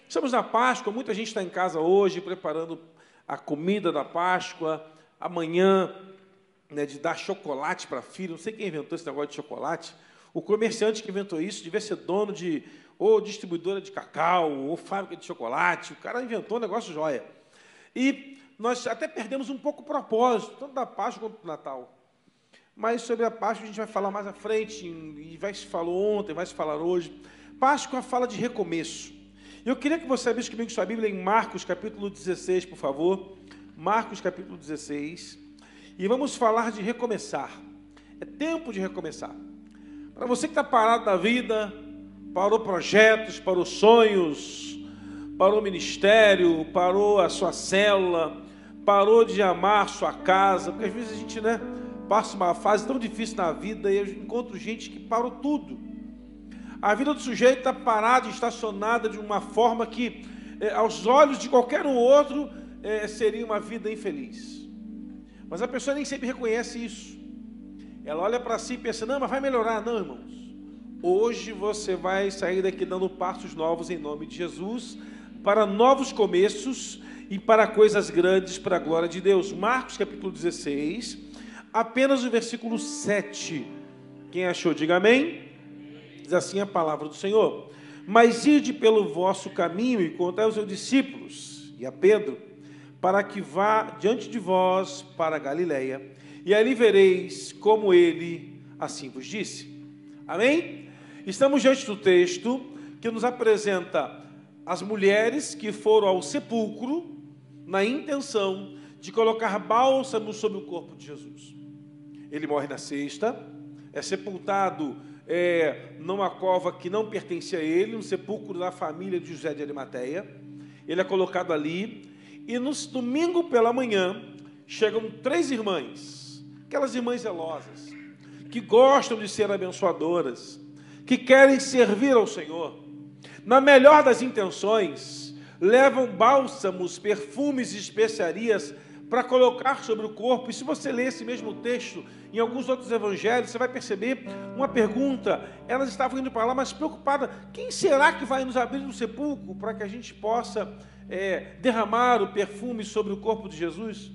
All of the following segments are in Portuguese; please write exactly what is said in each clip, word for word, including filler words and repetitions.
Estamos na Páscoa, muita gente está em casa hoje preparando a comida da Páscoa, amanhã, né, de dar chocolate para filho. Não sei quem inventou esse negócio de chocolate. O comerciante que inventou isso devia ser dono de ou distribuidora de cacau, ou fábrica de chocolate. O cara inventou um negócio joia. E nós até perdemos um pouco o propósito, tanto da Páscoa quanto do Natal. Mas sobre a Páscoa a gente vai falar mais à frente, e vai se falou ontem, vai se falar hoje. Páscoa fala de recomeço. Eu queria que você abrisse comigo sua Bíblia em Marcos, capítulo dezesseis, por favor. Marcos, capítulo dezesseis. E vamos falar de recomeçar. É tempo de recomeçar. Para você que está parado na vida, parou projetos, parou sonhos, parou ministério, parou a sua célula, parou de amar sua casa, porque às vezes a gente, né, passa uma fase tão difícil na vida e eu encontro gente que parou tudo. A vida do sujeito está parada, estacionada de uma forma que, eh, aos olhos de qualquer um outro, eh, seria uma vida infeliz. Mas a pessoa nem sempre reconhece isso. Ela olha para si e pensa, não, mas vai melhorar. Não, irmãos. Hoje você vai sair daqui dando passos novos em nome de Jesus, para novos começos e para coisas grandes para a glória de Deus. Marcos capítulo dezesseis, apenas o versículo sete. Quem achou, diga amém. Diz assim a palavra do Senhor: mas ide pelo vosso caminho e contai aos seus discípulos e a Pedro, para que vá diante de vós para a Galileia, e ali vereis como ele assim vos disse. Amém? Estamos diante do texto que nos apresenta as mulheres que foram ao sepulcro na intenção de colocar bálsamo sobre o corpo de Jesus. Ele morre na sexta, é sepultado É, numa cova que não pertencia a ele, um sepulcro da família de José de Arimateia. Ele é colocado ali, e no domingo pela manhã, chegam três irmãs, aquelas irmãs zelosas, que gostam de ser abençoadoras, que querem servir ao Senhor, na melhor das intenções, levam bálsamos, perfumes e especiarias para colocar sobre o corpo. E se você ler esse mesmo texto em alguns outros evangelhos, você vai perceber uma pergunta. Elas estavam indo para lá, mas preocupadas: quem será que vai nos abrir no sepulcro para que a gente possa é, derramar o perfume sobre o corpo de Jesus?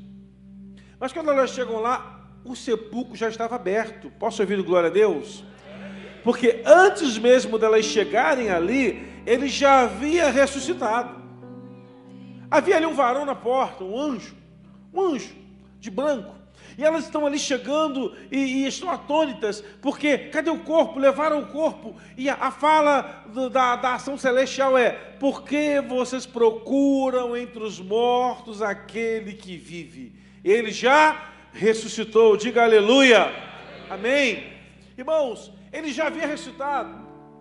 Mas quando elas chegam lá, o sepulcro já estava aberto. Posso ouvir glória a Deus? Porque antes mesmo delas chegarem ali, ele já havia ressuscitado. Havia ali um varão na porta, um anjo, um anjo de branco. E elas estão ali chegando e, e estão atônitas, porque cadê o corpo? Levaram o corpo. E a, a fala do, da, da ação celestial é: por que vocês procuram entre os mortos aquele que vive? Ele já ressuscitou. Diga aleluia. Amém. Irmãos, ele já havia ressuscitado.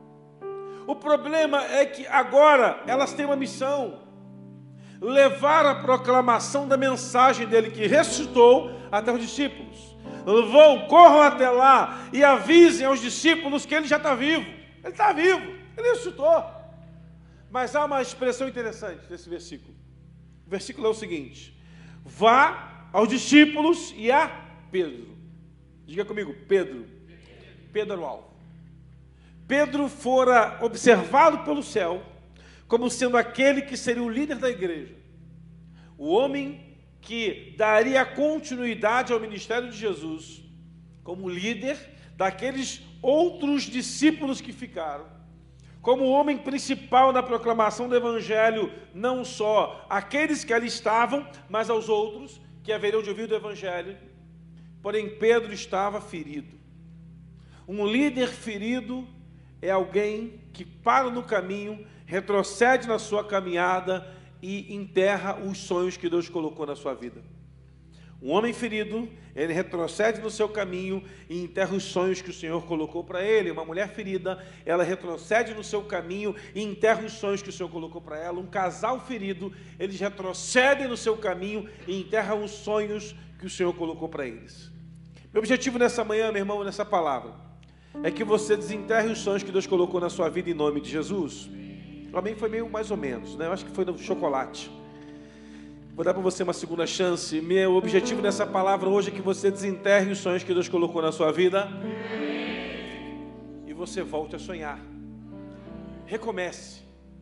O problema é que agora elas têm uma missão: levar a proclamação da mensagem dele que ressuscitou até os discípulos. Vão, corram até lá e avisem aos discípulos que ele já está vivo. Ele está vivo, ele ressuscitou. Mas há uma expressão interessante nesse versículo. O versículo é o seguinte: vá aos discípulos e a Pedro. Diga comigo, Pedro. Pedro era o alvo. Pedro fora observado pelo céu como sendo aquele que seria o líder da igreja, o homem que daria continuidade ao ministério de Jesus, como líder daqueles outros discípulos que ficaram, como o homem principal na proclamação do evangelho, não só àqueles que ali estavam, mas aos outros que haveriam de ouvir do evangelho. Porém, Pedro estava ferido. Um líder ferido é alguém que para no caminho, retrocede na sua caminhada e enterra os sonhos que Deus colocou na sua vida. Um homem ferido, ele retrocede no seu caminho e enterra os sonhos que o Senhor colocou para ele. Uma mulher ferida, ela retrocede no seu caminho e enterra os sonhos que o Senhor colocou para ela. Um casal ferido, eles retrocedem no seu caminho e enterram os sonhos que o Senhor colocou para eles. Meu objetivo nessa manhã, meu irmão, nessa palavra, é que você desenterre os sonhos que Deus colocou na sua vida em nome de Jesus. O amém foi meio mais ou menos, né? Eu acho que foi no chocolate. Vou dar para você uma segunda chance. Meu objetivo nessa palavra hoje é que você desenterre os sonhos que Deus colocou na sua vida e você volte a sonhar. Recomece.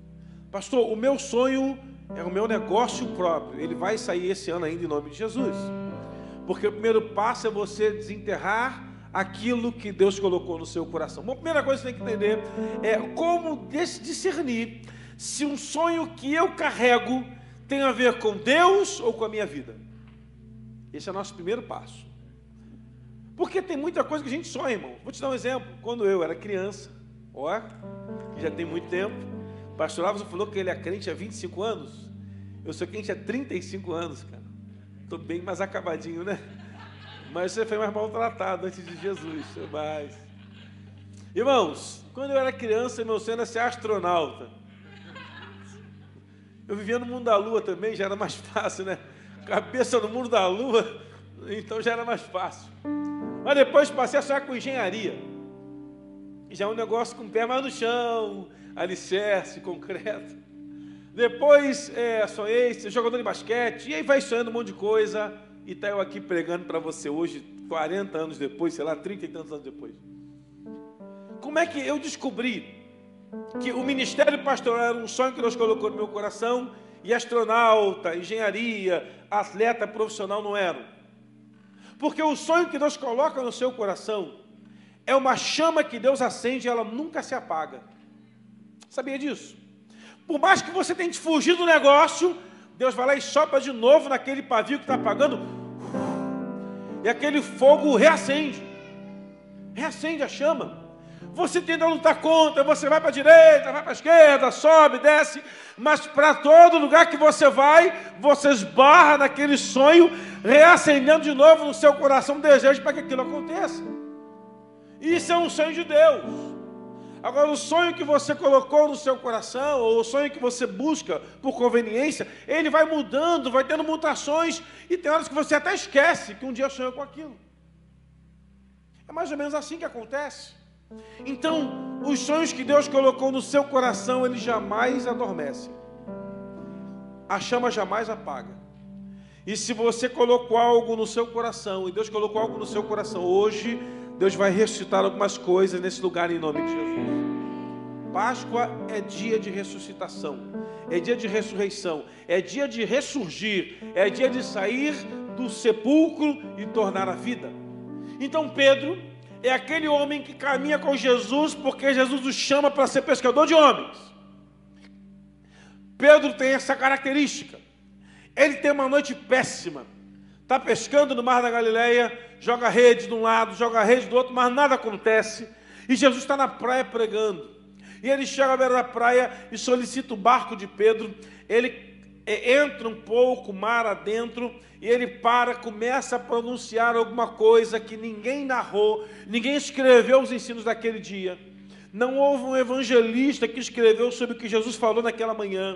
Pastor, o meu sonho é o meu negócio próprio. Ele vai sair esse ano ainda em nome de Jesus. Porque o primeiro passo é você desenterrar aquilo que Deus colocou no seu coração. Bom, a primeira coisa que você tem que entender é como discernir se um sonho que eu carrego tem a ver com Deus ou com a minha vida. Esse é o nosso primeiro passo. Porque tem muita coisa que a gente sonha, irmão. Vou te dar um exemplo. Quando eu era criança, ó, que já tem muito tempo, o pastor Alves falou que ele é crente há vinte e cinco anos. Eu sou crente há trinta e cinco anos, cara. Estou bem mais acabadinho, né? Mas você foi mais maltratado antes de Jesus. Mas... Irmãos, quando eu era criança, meu sonho era ser astronauta. Eu vivia no mundo da lua também, já era mais fácil, né? Cabeça no mundo da lua, então já era mais fácil. Mas depois passei a sonhar com engenharia. E já é um negócio com o pé mais no chão, alicerce, concreto. Depois é, sonhei ser jogador de basquete, e aí vai sonhando um monte de coisa, e está eu aqui pregando para você hoje, quarenta anos depois, sei lá, trinta e tantos anos depois. Como é que eu descobri que o ministério pastoral era um sonho que Deus colocou no meu coração, e astronauta, engenharia, atleta profissional não eram? Porque o sonho que Deus coloca no seu coração é uma chama que Deus acende e ela nunca se apaga. Sabia disso? Por mais que você tente fugir do negócio, Deus vai lá e sopra de novo naquele pavio que está apagando, e aquele fogo reacende, reacende a chama. Você tenta lutar contra, você vai para a direita, vai para a esquerda, sobe, desce, mas para todo lugar que você vai, você esbarra naquele sonho, reacendendo de novo no seu coração um desejo para que aquilo aconteça. Isso é um sonho de Deus. Agora, o sonho que você colocou no seu coração, ou o sonho que você busca por conveniência, ele vai mudando, vai tendo mutações, e tem horas que você até esquece que um dia sonhou com aquilo. É mais ou menos assim que acontece. Então, os sonhos que Deus colocou no seu coração, eles jamais adormecem. A chama jamais apaga. E se você colocou algo no seu coração, e Deus colocou algo no seu coração hoje, Deus vai ressuscitar algumas coisas nesse lugar em nome de Jesus. Páscoa é dia de ressuscitação, é dia de ressurreição, é dia de ressurgir, é dia de sair do sepulcro e tornar a vida. Então Pedro é aquele homem que caminha com Jesus, porque Jesus o chama para ser pescador de homens. Pedro tem essa característica. Ele tem uma noite péssima. Está pescando no mar da Galileia, joga rede de um lado, joga rede do outro, mas nada acontece. E Jesus está na praia pregando. E ele chega à beira da praia e solicita o barco de Pedro. Ele entra um pouco mar adentro e ele para, começa a pronunciar alguma coisa que ninguém narrou, ninguém escreveu os ensinos daquele dia. Não houve um evangelista que escreveu sobre o que Jesus falou naquela manhã.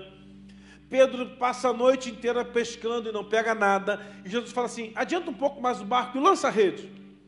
Pedro passa a noite inteira pescando e não pega nada. E Jesus fala assim: adianta um pouco mais o barco e lança a rede.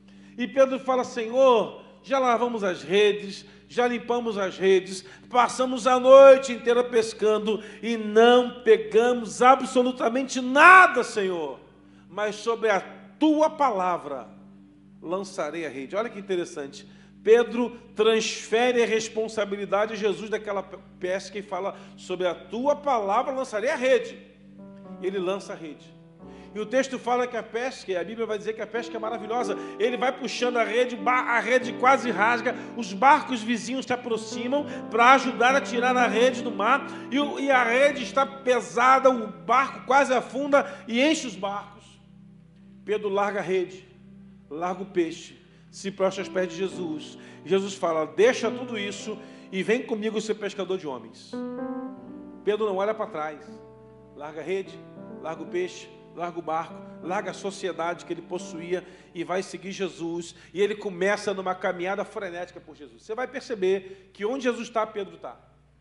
E Pedro fala: Senhor, já lavamos as redes, já limpamos as redes, passamos a noite inteira pescando e não pegamos absolutamente nada, Senhor. Mas sobre a tua palavra lançarei a rede. Olha que interessante. Pedro transfere a responsabilidade a Jesus daquela pesca e fala: sobre a tua palavra lançarei a rede. Ele lança a rede. E o texto fala que a pesca, e a Bíblia vai dizer que a pesca é maravilhosa. Ele vai puxando a rede, a rede quase rasga, os barcos vizinhos se aproximam para ajudar a tirar a rede do mar, e, o, e a rede está pesada, o barco quase afunda e enche os barcos. Pedro larga a rede, larga o peixe, se prostra aos pés de Jesus. Jesus fala: deixa tudo isso e vem comigo ser pescador de homens. Pedro não olha para trás, larga a rede, larga o peixe, larga o barco, larga a sociedade que ele possuía e vai seguir Jesus. E ele começa numa caminhada frenética por Jesus. Você vai perceber que onde Jesus está, Pedro está.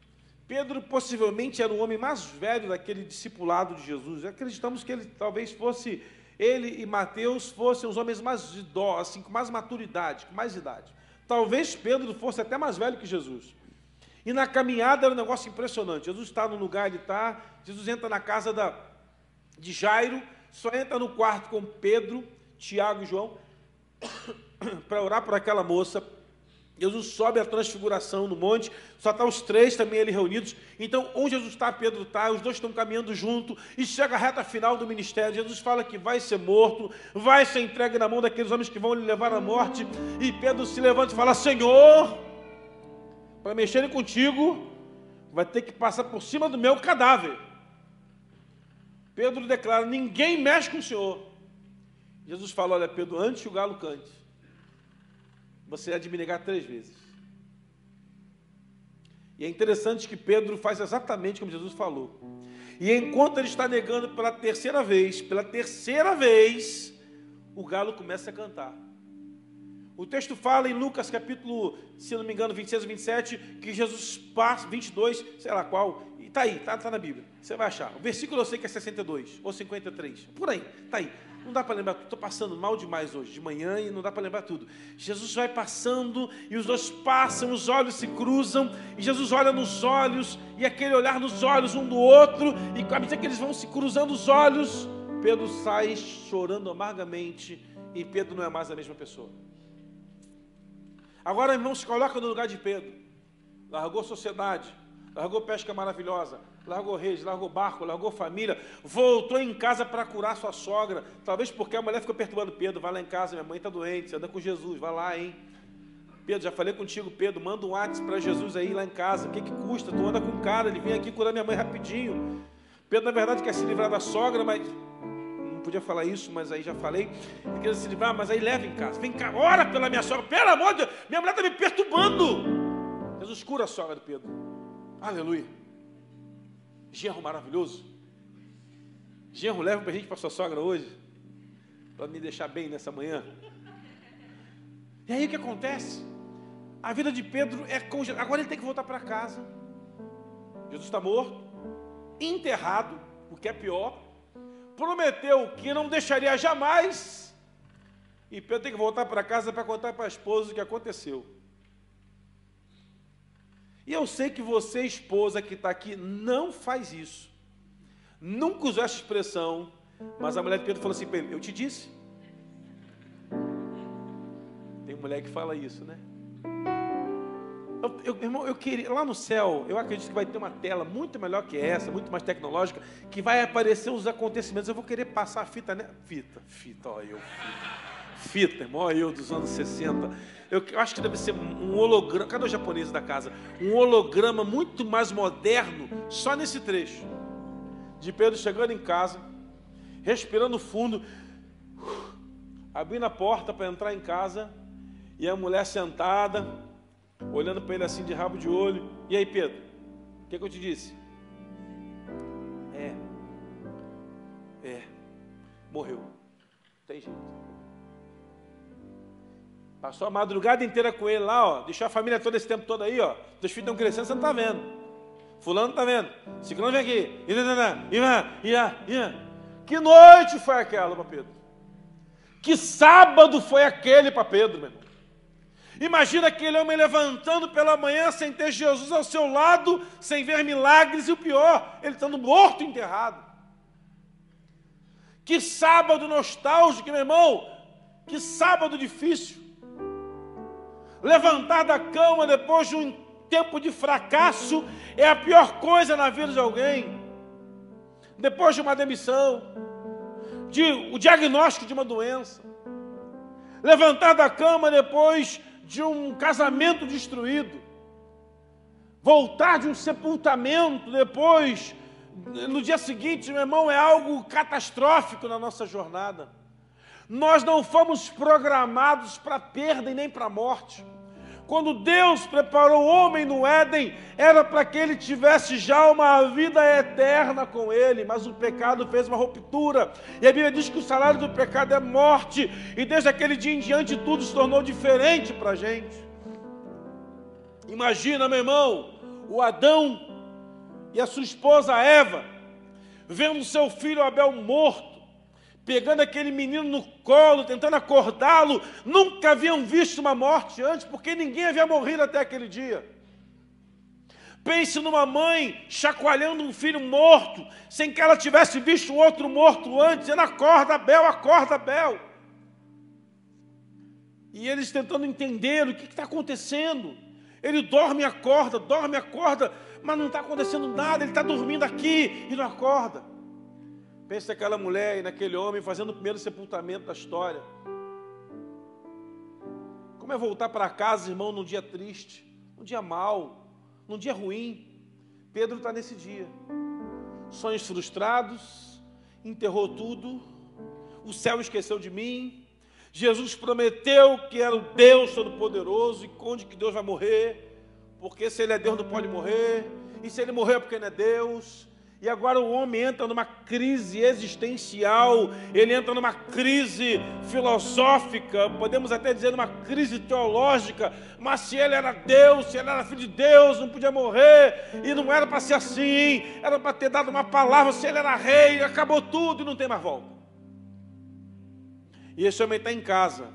Pedro possivelmente era o homem mais velho daquele discipulado de Jesus. Acreditamos que ele talvez fosse, ele e Mateus fossem os homens mais idosos, assim, com mais maturidade, com mais idade. Talvez Pedro fosse até mais velho que Jesus. E na caminhada era um negócio impressionante. Jesus está no lugar, ele está, Jesus entra na casa da de Jairo, só entra no quarto com Pedro, Tiago e João, para orar por aquela moça. Jesus sobe a transfiguração no monte, só estão os três também ali reunidos. Então, onde Jesus está, Pedro está, os dois estão caminhando junto, e chega a reta final do ministério. Jesus fala que vai ser morto, vai ser entregue na mão daqueles homens que vão lhe levar à morte, e Pedro se levanta e fala: Senhor, para mexerem contigo, vai ter que passar por cima do meu cadáver. Pedro declara: ninguém mexe com o Senhor. Jesus fala: olha, Pedro, antes que o galo cante, você há de me negar três vezes. E é interessante que Pedro faz exatamente como Jesus falou. E enquanto ele está negando pela terceira vez, pela terceira vez, o galo começa a cantar. O texto fala em Lucas capítulo, se não me engano, vinte e seis ou vinte e sete, que Jesus passa, vinte e dois, sei lá qual, e está aí, está tá na Bíblia, você vai achar. O versículo eu sei que é sessenta e dois, ou cinquenta e três, por aí, está aí. Não dá para lembrar, estou passando mal demais hoje, de manhã, e não dá para lembrar tudo. Jesus vai passando, e os dois passam, os olhos se cruzam, e Jesus olha nos olhos, e aquele olhar nos olhos um do outro, e à medida que eles vão se cruzando os olhos, Pedro sai chorando amargamente, e Pedro não é mais a mesma pessoa. Agora, irmão, se coloca no lugar de Pedro. Largou sociedade, largou pesca maravilhosa, largou reis, largou barco, largou família, voltou em casa para curar sua sogra, talvez porque a mulher ficou perturbando Pedro: vai lá em casa, minha mãe está doente, você anda com Jesus, vai lá, hein? Pedro, já falei contigo, Pedro, manda um WhatsApp para Jesus aí lá em casa, o que que custa? Tu anda com um cara, ele vem aqui curar minha mãe rapidinho. Pedro, na verdade, quer se livrar da sogra, mas... não podia falar isso, mas aí já falei. Ele quer se livrar, mas aí leva em casa. Vem cá, ora pela minha sogra, pelo amor de Deus, minha mulher está me perturbando. Jesus cura a sogra de Pedro. Aleluia. Genro maravilhoso. Genro, leva um presente para sua sogra hoje, para me deixar bem nessa manhã. E aí o que acontece? A vida de Pedro é congelada. Agora ele tem que voltar para casa. Jesus está morto, enterrado, o que é pior. Prometeu que não deixaria jamais. E Pedro tem que voltar para casa para contar para a esposa o que aconteceu. E eu sei que você, esposa que está aqui, não faz isso. Nunca usou essa expressão. Mas a mulher de Pedro falou assim para ele: eu te disse. Tem mulher que fala isso, né? Eu, eu, irmão, eu queria, lá no céu, eu acredito que vai ter uma tela muito melhor que essa, muito mais tecnológica, que vai aparecer os acontecimentos. Eu vou querer passar a fita, né? Fita, fita, ó, eu, fita. Fita, irmão, ó, eu dos anos sessenta. Eu, eu acho que deve ser um holograma. Cadê o japonês da casa? Um holograma muito mais moderno, só nesse trecho. De Pedro chegando em casa, respirando fundo, abrindo a porta para entrar em casa, e a mulher sentada, olhando para ele assim de rabo de olho. E aí, Pedro, o que, que eu te disse? É, é, morreu, tem jeito. Passou a madrugada inteira com ele lá, ó, deixou a família toda esse tempo todo aí, ó. Teus filhos estão crescendo, você não está vendo. Fulano está vendo. Ciclano vem aqui. Que noite foi aquela para Pedro? Que sábado foi aquele para Pedro, meu irmão? Imagina aquele homem levantando pela manhã sem ter Jesus ao seu lado, sem ver milagres, e o pior, ele estando morto, enterrado. Que sábado nostálgico, meu irmão. Que sábado difícil. Levantar da cama depois de um tempo de fracasso é a pior coisa na vida de alguém. Depois de uma demissão, de o diagnóstico de uma doença. Levantar da cama depois de um casamento destruído. Voltar de um sepultamento depois, no dia seguinte, meu irmão, é algo catastrófico na nossa jornada. Nós não fomos programados para perda e nem para morte. Quando Deus preparou o homem no Éden, era para que ele tivesse já uma vida eterna com ele, mas o pecado fez uma ruptura, e a Bíblia diz que o salário do pecado é morte, e desde aquele dia em diante tudo se tornou diferente para a gente. Imagina, meu irmão, o Adão e a sua esposa Eva, vendo seu filho Abel morto, pegando aquele menino no colo, tentando acordá-lo. Nunca haviam visto uma morte antes, porque ninguém havia morrido até aquele dia. Pense numa mãe chacoalhando um filho morto, sem que ela tivesse visto um outro morto antes, dizendo: acorda, Abel, acorda, Abel. E eles tentando entender o que está acontecendo. Ele dorme e acorda, dorme e acorda, mas não está acontecendo nada, ele está dormindo aqui e não acorda. Pensa naquela mulher e naquele homem fazendo o primeiro sepultamento da história. Como é voltar para casa, irmão, num dia triste, num dia mau, num dia ruim. Pedro está nesse dia. Sonhos frustrados, enterrou tudo, o céu esqueceu de mim, Jesus prometeu que era o Deus Todo-Poderoso, e onde que Deus vai morrer, porque se Ele é Deus não pode morrer, e se Ele morrer é porque Ele é Deus. E agora o homem entra numa crise existencial, ele entra numa crise filosófica, podemos até dizer numa crise teológica, mas se ele era Deus, se ele era filho de Deus, não podia morrer, e não era para ser assim, era para ter dado uma palavra, se ele era rei, acabou tudo e não tem mais volta. E esse homem está em casa,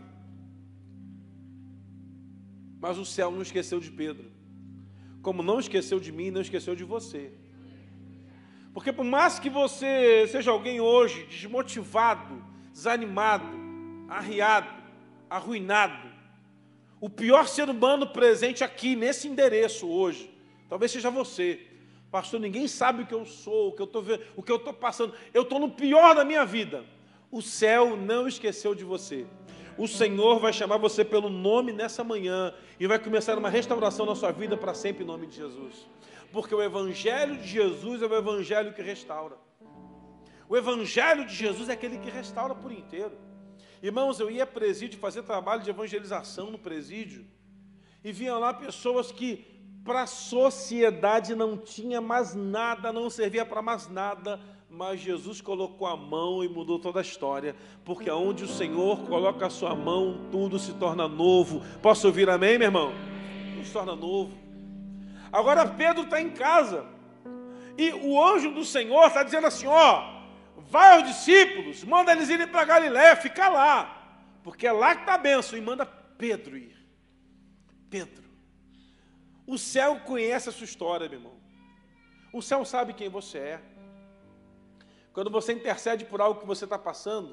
mas o céu não esqueceu de Pedro, como não esqueceu de mim, não esqueceu de você. Porque por mais que você seja alguém hoje desmotivado, desanimado, arriado, arruinado, o pior ser humano presente aqui, nesse endereço hoje, talvez seja você. Pastor, ninguém sabe o que eu sou, o que eu estou vendo, o que eu estou passando. Eu estou no pior da minha vida. O céu não esqueceu de você. O Senhor vai chamar você pelo nome nessa manhã e vai começar uma restauração na sua vida para sempre em nome de Jesus. Porque o Evangelho de Jesus é o Evangelho que restaura. O Evangelho de Jesus é aquele que restaura por inteiro. Irmãos, eu ia a presídio fazer trabalho de evangelização no presídio e vinham lá pessoas que para a sociedade não tinha mais nada, não servia para mais nada, mas Jesus colocou a mão e mudou toda a história, porque aonde o Senhor coloca a sua mão, tudo se torna novo. Posso ouvir amém, meu irmão? Tudo se torna novo. Agora Pedro está em casa, e o anjo do Senhor está dizendo assim, ó, vai aos discípulos, manda eles irem para Galiléia, fica lá, porque é lá que está a bênção, e manda Pedro ir. Pedro, o céu conhece a sua história, meu irmão, o céu sabe quem você é. Quando você intercede por algo que você está passando,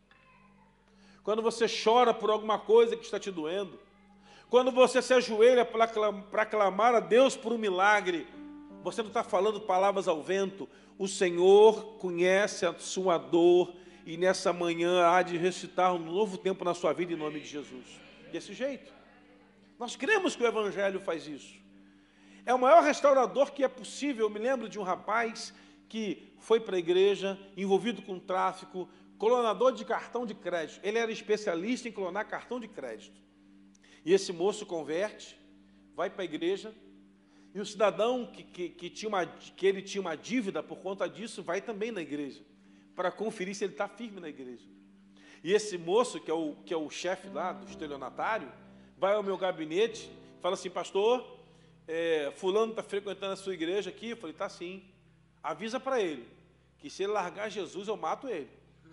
quando você chora por alguma coisa que está te doendo, quando você se ajoelha para clamar a Deus por um milagre, você não está falando palavras ao vento. O Senhor conhece a sua dor e nessa manhã há de ressuscitar um novo tempo na sua vida em nome de Jesus. Desse jeito. Nós cremos que o Evangelho faz isso. É o maior restaurador que é possível. Eu me lembro de um rapaz que foi para a igreja, envolvido com tráfico, clonador de cartão de crédito. Ele era especialista em clonar cartão de crédito. E esse moço converte, vai para a igreja, e o cidadão que, que, que, tinha uma, que ele tinha uma dívida por conta disso, vai também na igreja, para conferir se ele está firme na igreja. E esse moço, que é o, que é o chefe lá do estelionatário, vai ao meu gabinete, fala assim, pastor, é, fulano está frequentando a sua igreja aqui? Eu falei, está sim. Avisa para ele, que se ele largar Jesus, eu mato ele.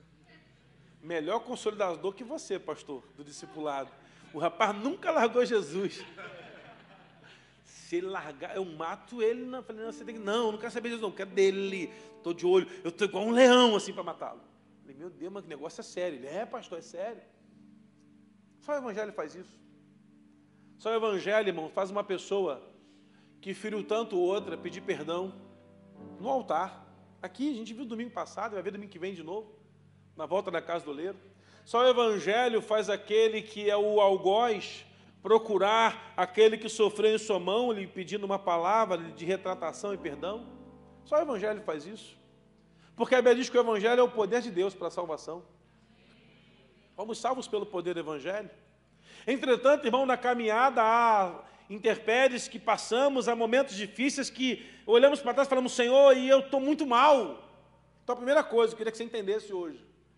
Melhor consolidador que você, pastor, do discipulado. O rapaz nunca largou Jesus. Se ele largar, eu mato ele. Não, falei, não, você tem que, não, não quero saber disso, não, quero dele. Estou de olho, eu estou igual um leão assim para matá-lo. Falei, meu Deus, mas que negócio é sério. Ele, é, pastor, é sério. Só o Evangelho faz isso. Só o Evangelho, irmão, faz uma pessoa que feriu tanto outra pedir perdão no altar. Aqui, a gente viu domingo passado, vai ver domingo que vem de novo, na volta da casa do oleiro. Só o Evangelho faz aquele que é o algoz procurar aquele que sofreu em sua mão, lhe pedindo uma palavra de retratação e perdão. Só o Evangelho faz isso. Porque a Bíblia diz que o Evangelho é o poder de Deus para a salvação. Fomos salvos pelo poder do Evangelho. Entretanto, irmão, na caminhada há intempéries que passamos, há momentos difíceis que olhamos para trás e falamos, Senhor, e eu estou muito mal. Então, a primeira coisa que eu queria que você entendesse hoje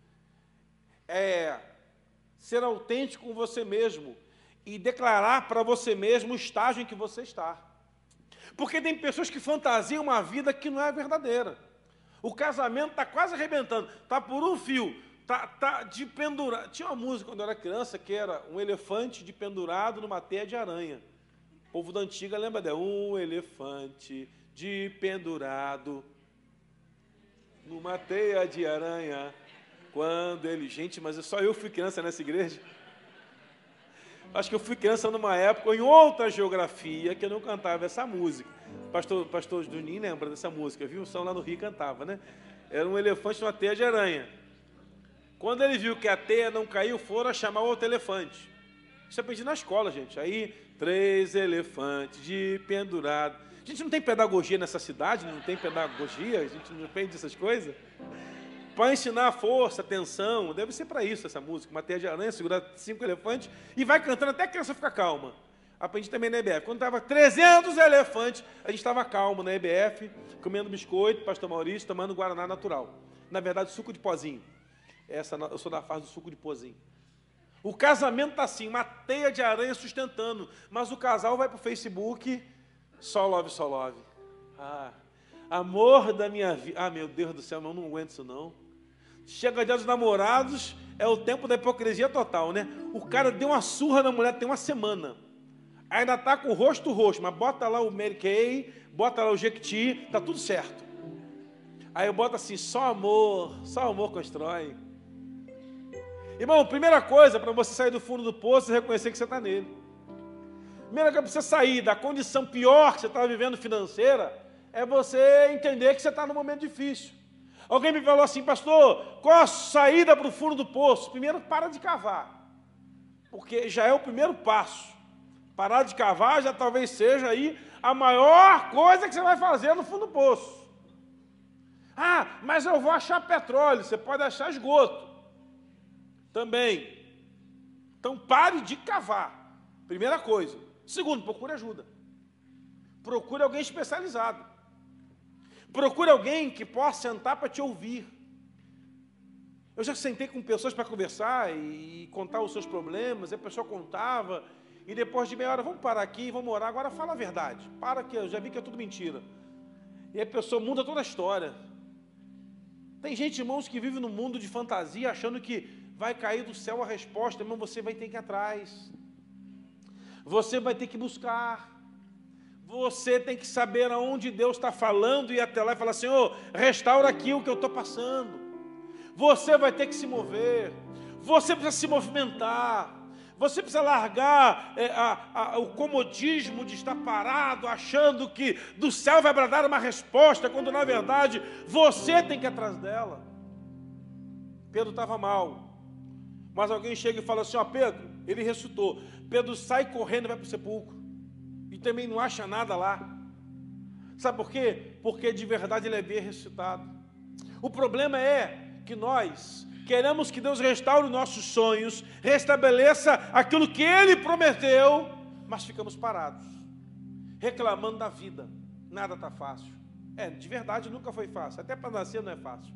é ser autêntico com você mesmo e declarar para você mesmo o estágio em que você está. Porque tem pessoas que fantasiam uma vida que não é verdadeira. O casamento está quase arrebentando, está por um fio, está tá de pendurado. Tinha uma música quando eu era criança que era um elefante de pendurado numa teia de aranha. O povo da antiga lembra dela, um elefante de pendurado numa teia de aranha. Quando ele, gente, mas só eu fui criança nessa igreja. Acho que eu fui criança numa época, em outra geografia, que eu não cantava essa música. Pastor, pastor Juninho lembra dessa música, viu? O São lá no Rio cantava, né? Era um elefante numa teia de aranha. Quando ele viu que a teia não caiu, foram chamar o outro elefante. Isso eu aprendi na escola, gente. Aí, três elefantes de pendurado. A gente não tem pedagogia nessa cidade, não tem pedagogia, a gente não aprende essas coisas. Para ensinar a força, a tensão, deve ser para isso essa música. Uma teia de aranha, segurar cinco elefantes e vai cantando até a criança ficar calma. Aprendi também na E B F. Quando estava trezentos elefantes, a gente estava calmo na E B F, comendo biscoito, pastor Maurício, tomando guaraná natural. Na verdade, suco de pozinho. Essa, eu sou da fase do suco de pozinho. O casamento está assim, uma teia de aranha sustentando, mas o casal vai para o Facebook, só love, só love. Ah, amor da minha vida. Ah, meu Deus do céu, eu não aguento isso não. Chega dia dos namorados, é o tempo da hipocrisia total, né? O cara deu uma surra na mulher tem uma semana. Ainda está com o rosto roxo, mas bota lá o Mary Kay, bota lá o Jequiti, tá tudo certo. Aí eu boto assim, só amor, só amor constrói. Irmão, primeira coisa para você sair do fundo do poço é reconhecer que você está nele. Primeira coisa para você sair da condição pior que você está vivendo financeira, é você entender que você está num momento difícil. Alguém me falou assim, pastor, qual a saída para o fundo do poço? Primeiro, para de cavar, porque já é o primeiro passo. Parar de cavar já talvez seja aí a maior coisa que você vai fazer no fundo do poço. Ah, mas eu vou achar petróleo, você pode achar esgoto também. Então, pare de cavar, primeira coisa. Segundo, procure ajuda. Procure alguém especializado. Procure alguém que possa sentar para te ouvir. Eu já sentei com pessoas para conversar e contar os seus problemas, e a pessoa contava, e depois de meia hora, vamos parar aqui, vamos orar, agora fala a verdade. Para que eu já vi que é tudo mentira. E a pessoa muda toda a história. Tem gente, irmãos, que vive num mundo de fantasia, achando que vai cair do céu a resposta, irmão, você vai ter que ir atrás. Você vai ter que buscar. Você tem que saber aonde Deus está falando e ir até lá e falar, Senhor, restaura aqui o que eu estou passando. Você vai ter que se mover. Você precisa se movimentar. Você precisa largar é, a, a, o comodismo de estar parado, achando que do céu vai bradar uma resposta, quando na verdade você tem que ir atrás dela. Pedro estava mal, mas alguém chega e fala assim, ó, Pedro, ele ressuscitou. Pedro sai correndo e vai para o sepulcro. E também não acha nada lá. Sabe por quê? Porque de verdade ele havia ressuscitado. O problema é que nós queremos que Deus restaure os nossos sonhos, restabeleça aquilo que Ele prometeu, mas ficamos parados, reclamando da vida. Nada está fácil. É, de verdade nunca foi fácil. Até para nascer não é fácil.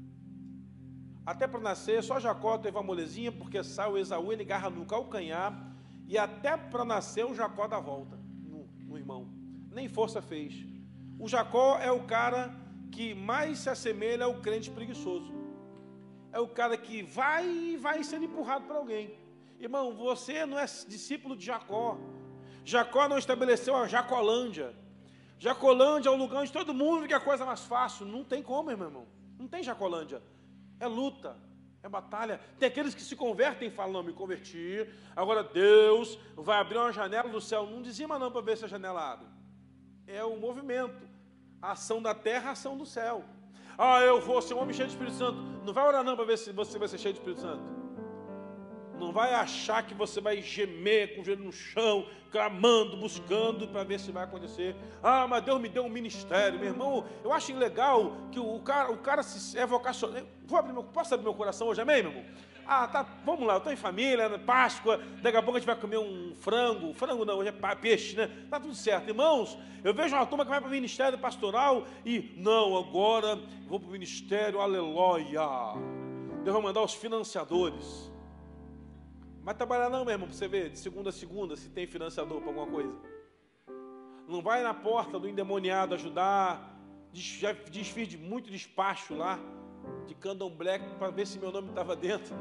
Até para nascer, só Jacó teve uma molezinha, porque sai o Esaú, ele agarra no calcanhar, e até para nascer o Jacó dá volta no, no irmão. Nem força fez. O Jacó é o cara que mais se assemelha ao crente preguiçoso. É o cara que vai e vai sendo empurrado por alguém. Irmão, você não é discípulo de Jacó. Jacó não estabeleceu a Jacolândia. Jacolândia é o lugar onde todo mundo quer a coisa mais fácil. Não tem como, meu irmão. Não tem Jacolândia. É luta, é batalha. Tem aqueles que se convertem e falam, não, me converti, agora Deus vai abrir uma janela do céu. Não dizima não para ver se a janela abre. É o movimento. A ação da terra, a ação do céu. Ah, eu vou ser um homem cheio de Espírito Santo. Não vai orar não para ver se você vai ser cheio de Espírito Santo. Não vai achar que você vai gemer com o joelho no chão, clamando, buscando para ver se vai acontecer. Ah, mas Deus me deu um ministério. Meu irmão, eu acho legal que o cara, o cara se, é vocacional. Vou abrir meu, posso abrir meu coração hoje, amém, meu irmão? Ah, tá, vamos lá, eu estou em família, Páscoa, daqui a pouco a gente vai comer um frango, frango não, hoje é peixe, né? Tá tudo certo. Irmãos, eu vejo uma turma que vai para o ministério pastoral e, não, agora vou para o ministério, aleluia. Deus vai mandar os financiadores. Vai trabalhar não, meu irmão, para você ver, de segunda a segunda, se tem financiador para alguma coisa. Não vai na porta do endemoniado ajudar, já desfiz muito despacho lá, de candomblé, para ver se meu nome estava dentro.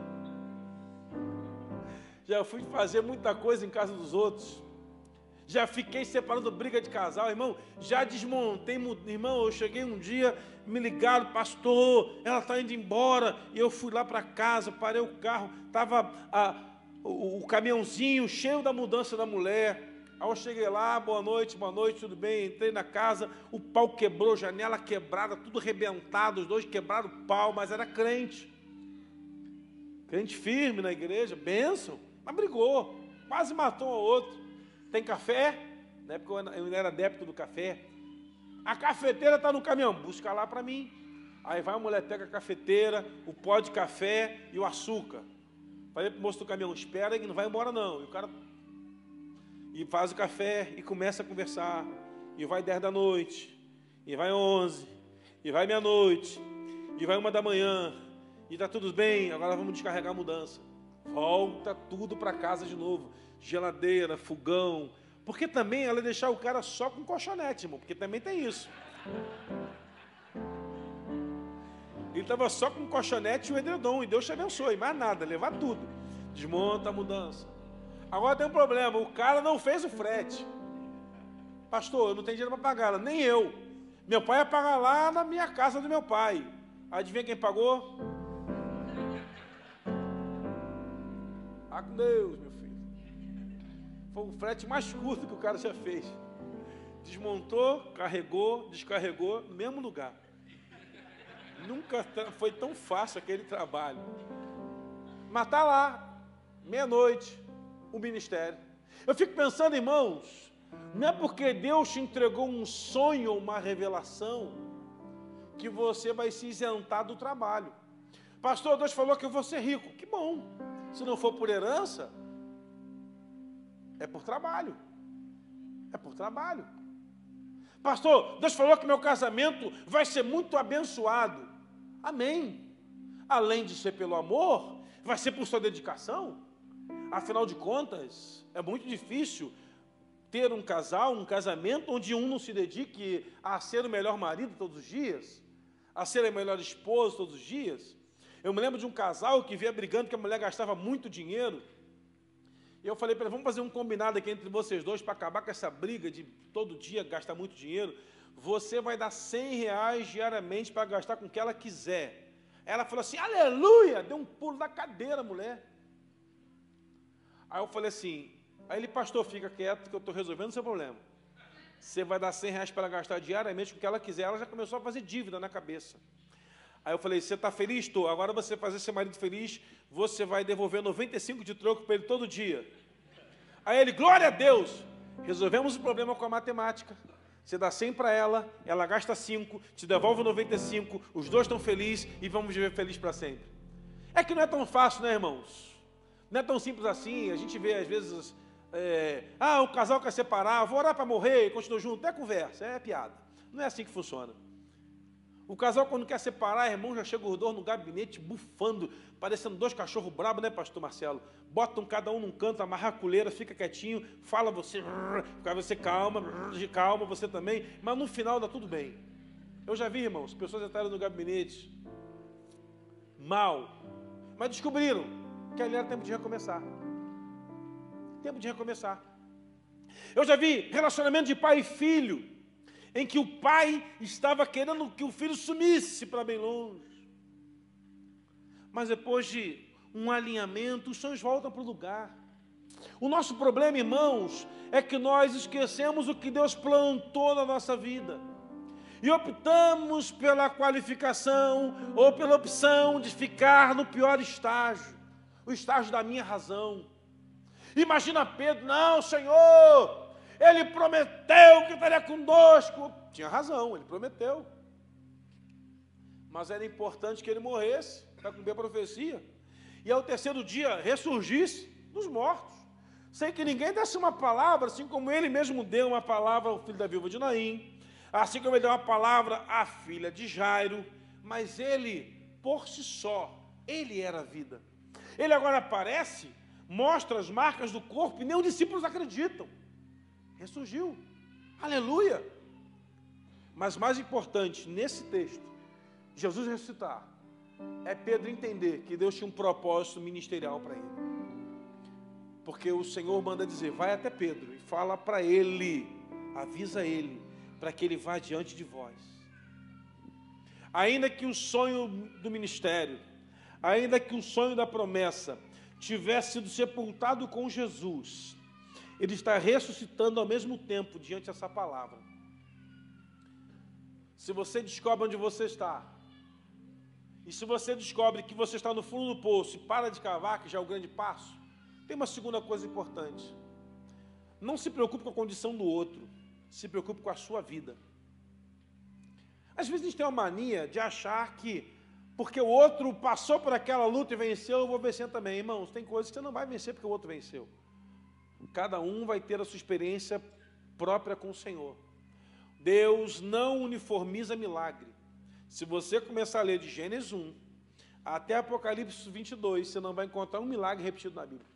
Já fui fazer muita coisa em casa dos outros. Já fiquei separando briga de casal, irmão. Já desmontei, irmão. Eu cheguei um dia, me ligaram, pastor, ela está indo embora. E eu fui lá para casa, parei o carro, estava a o, o caminhãozinho cheio da mudança da mulher. Aí eu cheguei lá, boa noite, boa noite, tudo bem? Entrei na casa, o pau quebrou, janela quebrada, tudo arrebentado, os dois quebraram o pau, mas era crente. Crente firme na igreja, bênção, mas brigou, quase matou um ao outro. Tem café? Na época eu ainda era adepto do café. A cafeteira está no caminhão, busca lá para mim. Aí vai a mulher, pega a cafeteira, o pó de café e o açúcar. Falei para o moço do caminhão, espera que não vai embora não. E o cara e faz o café e começa a conversar. E vai dez da noite, e vai onze, e vai meia-noite, e vai uma da manhã. E está tudo bem, agora vamos descarregar a mudança. Volta tudo para casa de novo. Geladeira, fogão. Porque também ela ia deixar o cara só com colchonete, irmão. Porque também tem isso. Ele estava só com o colchonete e o edredom. E Deus te abençoe. Mais nada, levar tudo. Desmonta a mudança. Agora tem um problema. O cara não fez o frete. Pastor, eu não tenho dinheiro para pagar. Nem eu. Meu pai ia pagar lá na minha casa do meu pai. Adivinha quem pagou? Ah, com Deus, meu filho. Foi o frete mais curto que o cara já fez. Desmontou, carregou, descarregou no mesmo lugar. Nunca foi tão fácil aquele trabalho. Mas está lá, meia-noite, o ministério. Eu fico pensando, irmãos, não é porque Deus te entregou um sonho ou uma revelação que você vai se isentar do trabalho. Pastor, Deus falou que eu vou ser rico. Que bom. Se não for por herança, é por trabalho. É por trabalho. Pastor, Deus falou que meu casamento vai ser muito abençoado. Amém. Além de ser pelo amor, vai ser por sua dedicação. Afinal de contas, é muito difícil ter um casal, um casamento, onde um não se dedique a ser o melhor marido todos os dias, a ser a melhor esposa todos os dias. Eu me lembro de um casal que via brigando que a mulher gastava muito dinheiro. E eu falei para ele, vamos fazer um combinado aqui entre vocês dois para acabar com essa briga de todo dia gastar muito dinheiro. Você vai dar cem reais diariamente para gastar com o que ela quiser. Ela falou assim, aleluia! Deu um pulo da cadeira, mulher. Aí eu falei assim, aí ele, pastor, fica quieto que eu estou resolvendo o seu problema. Você vai dar cem reais para ela gastar diariamente com o que ela quiser. Ela já começou a fazer dívida na cabeça. Aí eu falei, você está feliz? Estou. Agora você fazer seu marido feliz, você vai devolver noventa e cinco de troco para ele todo dia. Aí ele, glória a Deus! Resolvemos o problema com a matemática. Você dá cem para ela, ela gasta cinco, te devolve noventa e cinco, os dois estão felizes e vamos viver felizes para sempre. É que não é tão fácil, né, irmãos? Não é tão simples assim. A gente vê, às vezes, é, ah, o casal quer separar, vou orar para morrer e continua junto. É conversa, é piada. Não é assim que funciona. O casal, quando quer separar, irmão, já chega os dois no gabinete, bufando, parecendo dois cachorros bravos, né, pastor Marcelo? Botam cada um num canto, amarra a coleira, fica quietinho, fala você, você calma, calma, você também, mas no final dá tudo bem. Eu já vi, irmãos, pessoas entraram no gabinete mal, mas descobriram que ali era tempo de recomeçar. Tempo de recomeçar. Eu já vi relacionamento de pai e filho, em que o pai estava querendo que o filho sumisse para bem longe. Mas depois de um alinhamento, os sonhos voltam para o lugar. O nosso problema, irmãos, é que nós esquecemos o que Deus plantou na nossa vida. E optamos pela qualificação ou pela opção de ficar no pior estágio, o estágio da minha razão. Imagina Pedro, não, Senhor, Ele prometeu que estaria conosco. Tinha razão, ele prometeu. Mas era importante que ele morresse para cumprir a profecia. E ao terceiro dia ressurgisse dos mortos. Sem que ninguém desse uma palavra, assim como ele mesmo deu uma palavra ao filho da viúva de Naim, assim como ele deu uma palavra à filha de Jairo, mas ele, por si só, ele era a vida. Ele agora aparece, mostra as marcas do corpo e nem os discípulos acreditam. Ressurgiu. Aleluia! Mas mais importante, nesse texto, Jesus ressuscitar, é Pedro entender que Deus tinha um propósito ministerial para ele. Porque o Senhor manda dizer, vai até Pedro e fala para ele, avisa ele, para que ele vá diante de vós. Ainda que o sonho do ministério, ainda que o sonho da promessa tivesse sido sepultado com Jesus, ele está ressuscitando ao mesmo tempo diante dessa palavra. Se você descobre onde você está, e se você descobre que você está no fundo do poço e para de cavar, que já é o grande passo, tem uma segunda coisa importante. Não se preocupe com a condição do outro, se preocupe com a sua vida. Às vezes a gente tem uma mania de achar que, porque o outro passou por aquela luta e venceu, eu vou vencer também. Irmãos, tem coisas que você não vai vencer porque o outro venceu. Cada um vai ter a sua experiência própria com o Senhor. Deus não uniformiza milagre. Se você começar a ler de Gênesis um até Apocalipse vinte e dois, você não vai encontrar um milagre repetido na Bíblia.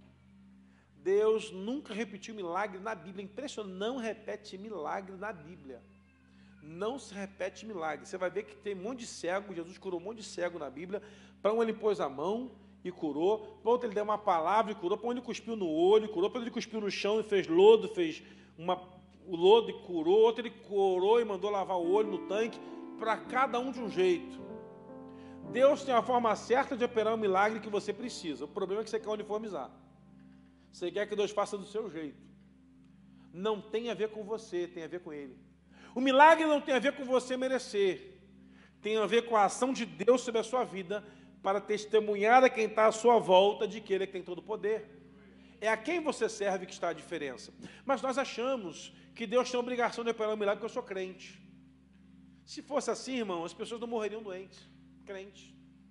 Deus nunca repetiu milagre na Bíblia. É impressionante, não repete milagre na Bíblia. Não se repete milagre. Você vai ver que tem um monte de cego, Jesus curou um monte de cego na Bíblia. Para um ele pôs a mão e curou, para outro ele deu uma palavra e curou, para um ele cuspiu no olho, curou, para outro ele cuspiu no chão e fez lodo, fez uma, o lodo e curou, outro ele curou e mandou lavar o olho no tanque, para cada um de um jeito. Deus tem a forma certa de operar o milagre que você precisa. O problema é que você quer uniformizar. Você quer que Deus faça do seu jeito. Não tem a ver com você, tem a ver com Ele. O milagre não tem a ver com você merecer. Tem a ver com a ação de Deus sobre a sua vida, para testemunhar a quem está à sua volta de que Ele é que tem todo o poder. É a quem você serve que está a diferença. Mas nós achamos que Deus tem a obrigação de operar um milagre porque eu sou crente. Se fosse assim, irmão, as pessoas não morreriam doentes, crentes.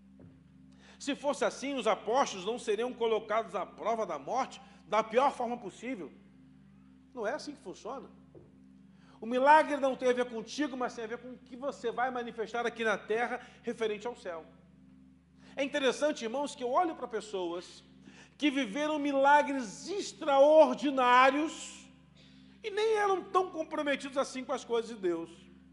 Se fosse assim, os apóstolos não seriam colocados à prova da morte da pior forma possível. Não é assim que funciona. O milagre não tem a ver contigo, mas tem a ver com o que você vai manifestar aqui na terra referente ao céu. É interessante, irmãos, que eu olho para pessoas que viveram milagres extraordinários e nem eram tão comprometidos assim com as coisas de Deus.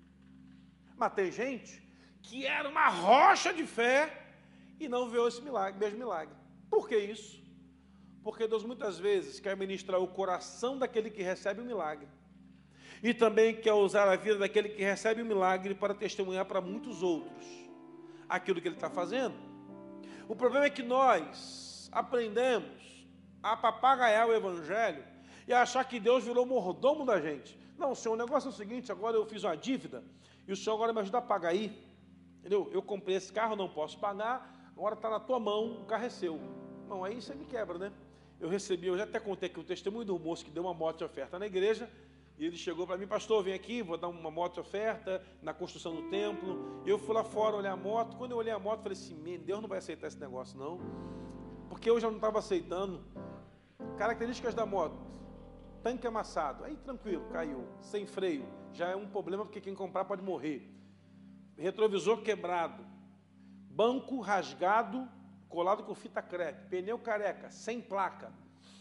Mas tem gente que era uma rocha de fé e não viu esse milagre, mesmo milagre. Por que isso? Porque Deus muitas vezes quer ministrar o coração daquele que recebe o milagre e também quer usar a vida daquele que recebe o milagre para testemunhar para muitos outros aquilo que ele está fazendo. O problema é que nós aprendemos a papagaiar o evangelho e achar que Deus virou mordomo da gente. Não, Senhor, o negócio é o seguinte, agora eu fiz uma dívida e o Senhor agora me ajuda a pagar aí. Entendeu? Eu comprei esse carro, não posso pagar, agora está na tua mão, o carro é seu. Não, aí você me quebra, né? Eu recebi, eu já até contei aqui o testemunho do moço que deu uma moto de oferta na igreja, e ele chegou para mim, pastor, vem aqui, vou dar uma moto de oferta na construção do templo. Eu fui lá fora olhar a moto. Quando eu olhei a moto, falei assim, Deus não vai aceitar esse negócio, não. Porque eu já não estava aceitando. Características da moto. Tanque amassado. Aí, tranquilo, caiu. Sem freio. Já é um problema, porque quem comprar pode morrer. Retrovisor quebrado. Banco rasgado, colado com fita crepe. Pneu careca, sem placa.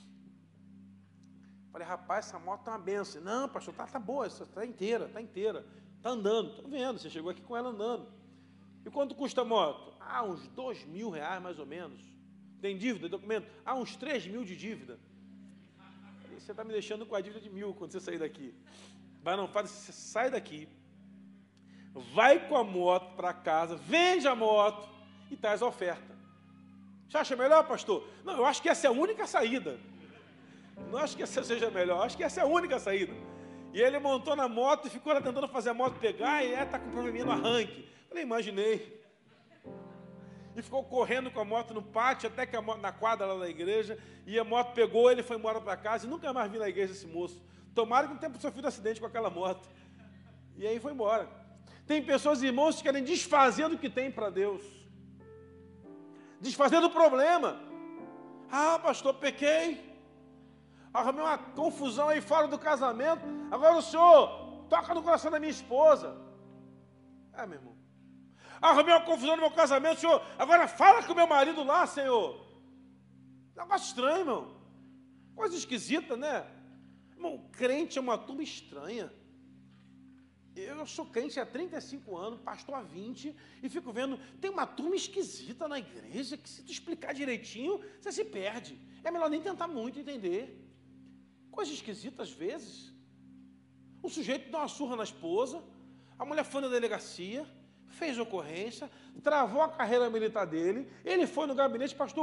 Falei, rapaz, essa moto tá uma benção. Não, pastor, tá, tá boa, está inteira, está inteira. Está andando, estou vendo, você chegou aqui com ela andando. E quanto custa a moto? Ah, uns dois mil reais, mais ou menos. Tem dívida, documento? Ah, uns três mil de dívida. Falei, você está me deixando com a dívida de mil quando você sair daqui. Vai não, faz, você sai daqui, vai com a moto para casa, vende a moto e traz a oferta. Você acha melhor, pastor? Não, eu acho que essa é a única saída. Não acho que essa seja melhor, acho que essa é a única saída. E ele montou na moto e ficou lá tentando fazer a moto pegar, e está com um probleminha no arranque. Falei, imaginei. E ficou correndo com a moto no pátio, até que a moto, na quadra lá da igreja, e a moto pegou, ele foi embora para casa, e nunca mais vi na igreja esse moço. Tomara que não tenha sofrido acidente com aquela moto. E aí foi embora. Tem pessoas, irmãos, que querem desfazer do que tem para Deus. Desfazer do problema. Ah, pastor, pequei. Arrumei uma confusão aí fora do casamento, agora o senhor toca no coração da minha esposa. É, meu irmão. Arrumei uma confusão no meu casamento, senhor, agora fala com o meu marido lá, senhor. Negócio estranho, irmão. Coisa esquisita, né? Irmão, crente é uma turma estranha. Eu sou crente há trinta e cinco anos, pastor há vinte, e fico vendo, tem uma turma esquisita na igreja, que se tu explicar direitinho, você se perde. É melhor nem tentar muito entender. Coisa esquisita às vezes. O sujeito dá uma surra na esposa, a mulher foi na delegacia, fez ocorrência, travou a carreira militar dele, ele foi no gabinete, pastor,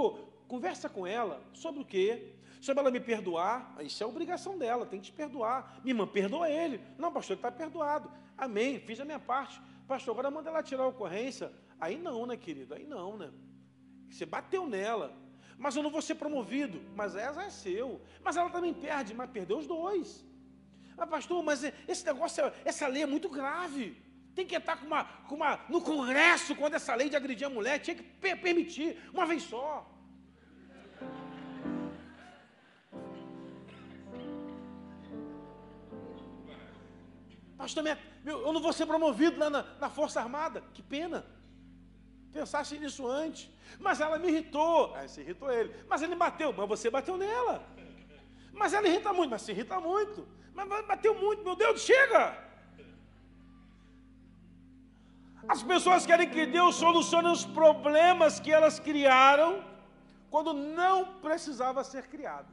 conversa com ela sobre o quê? Sobre ela me perdoar. Isso é obrigação dela, tem que te perdoar. Minha irmã, perdoa ele. Não, pastor, ele está perdoado. Amém, fiz a minha parte. Pastor, agora manda ela tirar a ocorrência. Aí não, né, querido? Aí não, né? Você bateu nela. Mas eu não vou ser promovido. Mas essa é seu. Mas ela também perde, mas perdeu os dois. Ah, pastor, mas esse negócio, essa lei é muito grave. Tem que estar com uma, com uma, no Congresso, quando essa lei de agredir a mulher, tinha que per permitir, uma vez só. Pastor, minha, eu não vou ser promovido lá na, na Força Armada. Que pena. Pensasse nisso antes. Mas ela me irritou. Aí você irritou ele. Mas ele bateu. Mas você bateu nela. Mas ela irrita muito. Mas se irrita muito. Mas bateu muito. Meu Deus, chega. As pessoas querem que Deus solucione os problemas que elas criaram quando não precisava ser criado.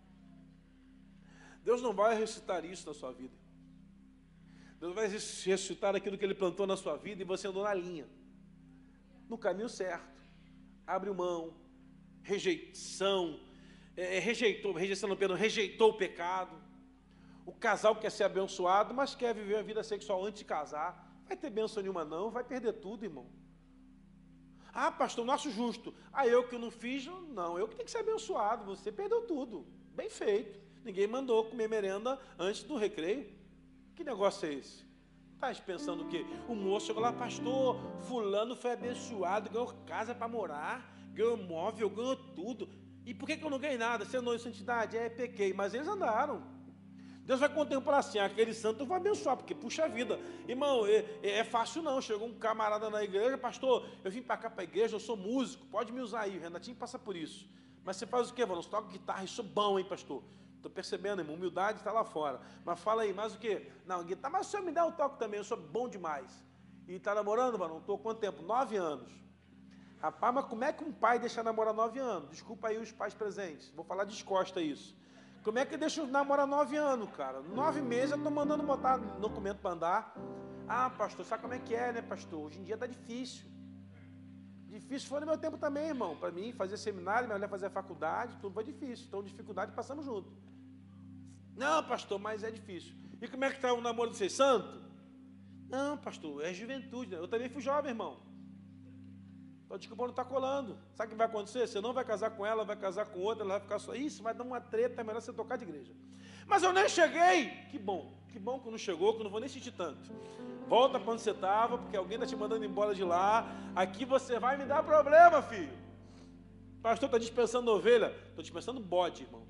Deus não vai ressuscitar isso na sua vida. Deus vai ressuscitar aquilo que Ele plantou na sua vida e você andou na linha, no caminho certo. Abre mão, rejeição, é, rejeitou, rejeição, perdão, rejeitou o pecado. O casal quer ser abençoado, mas quer viver a vida sexual antes de casar. Vai ter bênção nenhuma não, vai perder tudo, irmão. Ah, pastor, nosso justo. Ah, eu que não fiz, não, eu que tenho que ser abençoado. Você perdeu tudo, bem feito. Ninguém mandou comer merenda antes do recreio. Que negócio é esse? Está pensando o quê? O moço chegou lá, pastor, fulano foi abençoado, ganhou casa para morar, ganhou móvel, ganhou tudo. E por que, que eu não ganhei nada? Você andou em santidade? É, pequei, mas eles andaram. Deus vai contemplar assim, aquele santo eu vou abençoar, porque puxa vida. Irmão, é, é fácil não, chegou um camarada na igreja, pastor, eu vim para cá para a igreja, eu sou músico, pode me usar aí, o Renatinho passa por isso. Mas você faz o quê, mano? Você toca guitarra, isso é bom, hein, pastor? Estou percebendo, irmão, humildade está lá fora. Mas fala aí, mais o quê? Não, guitarra, mas o senhor me dá um toque também, eu sou bom demais. E está namorando, mano? Não estou quanto tempo? Nove anos. Rapaz, mas como é que um pai deixa namorar nove anos? Desculpa aí os pais presentes, vou falar descosta isso. Como é que deixa namorar nove anos, cara? Nove meses eu estou mandando botar documento para andar. Ah, pastor, sabe como é que é, né, pastor? Hoje em dia está difícil. Difícil foi no meu tempo também, irmão. Para mim, fazer seminário, minha mulher fazer faculdade, tudo foi difícil. Então, dificuldade, passamos junto. Não, pastor, mas é difícil. E como é que está o namoro de ser santo? Não, pastor, é juventude. Né? Eu também fui jovem, irmão. Então, desculpa, não está colando. Sabe o que vai acontecer? Você não vai casar com ela, vai casar com outra, ela vai ficar só. Isso vai dar uma treta, é melhor você tocar de igreja. Mas eu nem cheguei. Que bom, que bom que não chegou, que eu não vou nem sentir tanto. Volta para onde você estava, porque alguém está te mandando embora de lá. Aqui você vai me dar problema, filho. Pastor, está dispensando ovelha. Estou dispensando bode, irmão.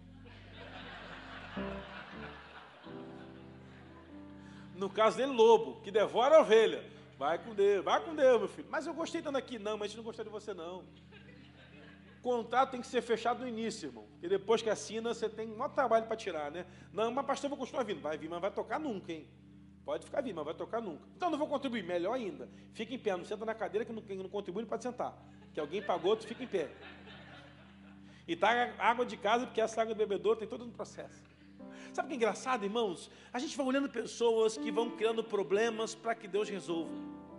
No caso dele, lobo, que devora a ovelha. Vai com Deus, vai com Deus, meu filho. Mas eu gostei tanto aqui. Não, mas a gente não gostou de você, não. O contrato tem que ser fechado no início, irmão. E depois que assina, você tem um maior trabalho para tirar, né? Não, mas pastor, eu vou continuar vindo. Vai vir, mas vai tocar nunca, hein? Pode ficar vindo, mas vai tocar nunca. Então, não vou contribuir. Melhor ainda. Fica em pé, não senta na cadeira, que quem não contribui não pode sentar. Que alguém pagou, tu fica em pé. E tá água de casa, porque essa água do bebedouro tem todo um processo. Sabe o que é engraçado, irmãos? A gente vai olhando pessoas que vão criando problemas para que Deus resolva.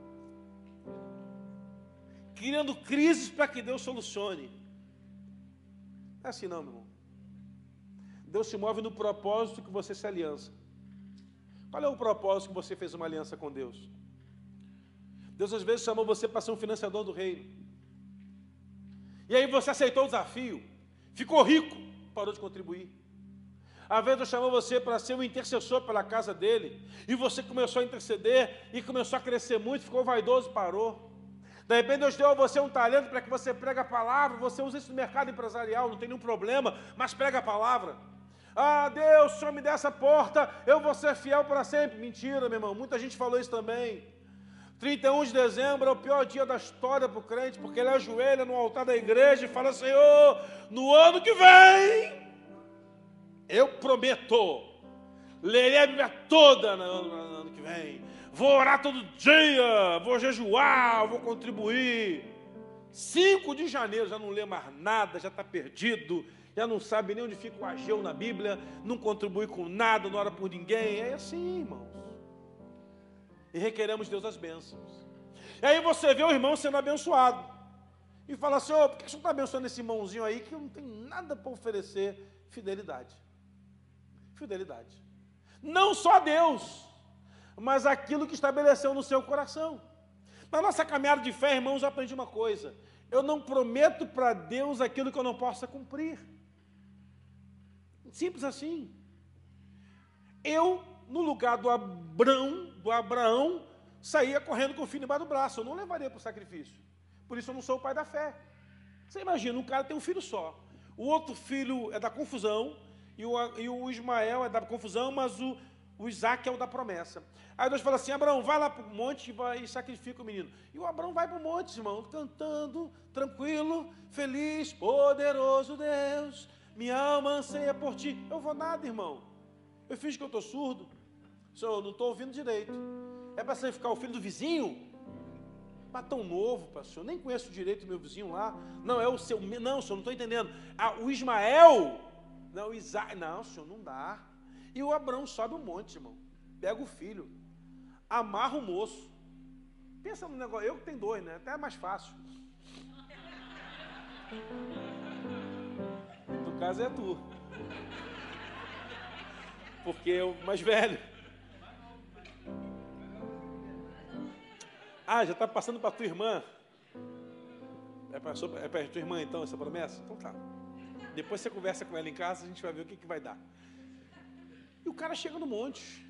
Criando crises para que Deus solucione. Não é assim não, meu irmão. Deus se move no propósito que você se aliança. Qual é o propósito que você fez uma aliança com Deus? Deus às vezes chamou você para ser um financiador do reino. E aí você aceitou o desafio, ficou rico, parou de contribuir. Às vezes Deus chamou você para ser um intercessor pela casa dele, e você começou a interceder, e começou a crescer muito, ficou vaidoso, parou. De repente Deus deu a você um talento para que você pregue a palavra, você usa isso no mercado empresarial, não tem nenhum problema, mas prega a palavra. Ah, Deus, o Senhor me dê essa porta, eu vou ser fiel para sempre. Mentira, meu irmão, muita gente falou isso também. trinta e um de dezembro é o pior dia da história para o crente, porque ele ajoelha no altar da igreja e fala: Senhor, no ano que vem, eu prometo, lerei a Bíblia toda no ano, no ano que vem, vou orar todo dia, vou jejuar, vou contribuir. cinco de janeiro já não lê mais nada, já está perdido, já não sabe nem onde fica o Ageu na Bíblia, não contribui com nada, não ora por ninguém. É assim, irmãos. E requeremos de Deus as bênçãos. E aí você vê o irmão sendo abençoado. e fala assim, ô, por que o senhor está abençoando esse irmãozinho aí que eu não tenho nada para oferecer? Fidelidade. Fidelidade. Não só a Deus, mas aquilo que estabeleceu no seu coração. Na nossa caminhada de fé, irmãos, eu aprendi uma coisa. Eu não prometo para Deus aquilo que eu não possa cumprir. Simples assim. Eu, no lugar do Abrão, do Abraão, saía correndo com o filho embaixo do braço. Eu não levaria para o sacrifício. Por isso eu não sou o pai da fé. Você imagina, um cara tem um filho só. O outro filho é da confusão, e o, e o Ismael é da confusão, mas o, o Isaac é o da promessa. Aí Deus fala assim, Abraão, vai lá para o monte e, vai, e sacrifica o menino. E o Abraão vai para o monte, irmão, cantando, tranquilo, feliz, poderoso Deus, minha alma anseia por ti. Eu vou nada, irmão. Eu fiz que eu estou surdo. Senhor, eu não estou ouvindo direito. É para sacrificar o filho do vizinho? Mas tão novo, pastor, nem conheço direito o meu vizinho lá. Não, é o seu. Não, senhor, não estou entendendo. Ah, o Ismael. Não, o Isaac. Não, senhor, não dá. E o Abraão sobe o monte, irmão. Pega o filho. Amarra o moço. Pensa no negócio. Eu que tenho dois, né? Até é mais fácil. No caso é tu. Porque é o mais velho. Ah, já está passando para tua irmã. É para é para tua irmã, então, essa promessa? Então tá. Depois você conversa com ela em casa, a gente vai ver o que, que vai dar. E o cara chega no monte.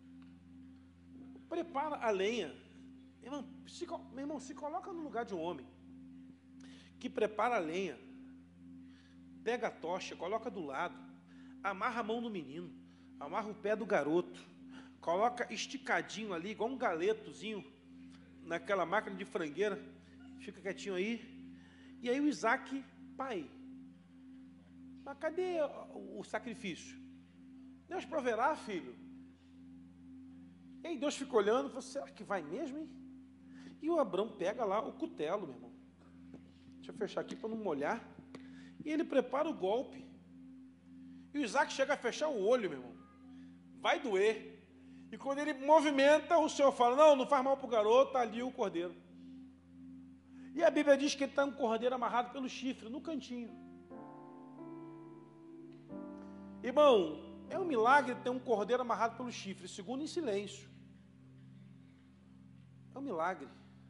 Prepara a lenha. Irmão, se, meu irmão, se coloca no lugar de um homem que prepara a lenha, pega a tocha, coloca do lado, amarra a mão do menino, amarra o pé do garoto, coloca esticadinho ali, igual um galetozinho, naquela máquina de frangueira, fica quietinho aí, e aí o Isaac, pai, mas cadê o, o sacrifício? Deus proverá, filho. E aí Deus fica olhando e fala, será que vai mesmo, hein? E o Abrão pega lá o cutelo, meu irmão. Deixa eu fechar aqui para não molhar. E ele prepara o golpe. E o Isaac chega a fechar o olho, meu irmão. Vai doer. E quando ele movimenta, o Senhor fala, não, não faz mal para o garoto, está ali o cordeiro. E a Bíblia diz que ele está um cordeiro amarrado pelo chifre, no cantinho. Irmão, é um milagre ter um cordeiro amarrado pelo chifre, segundo em silêncio. É um milagre.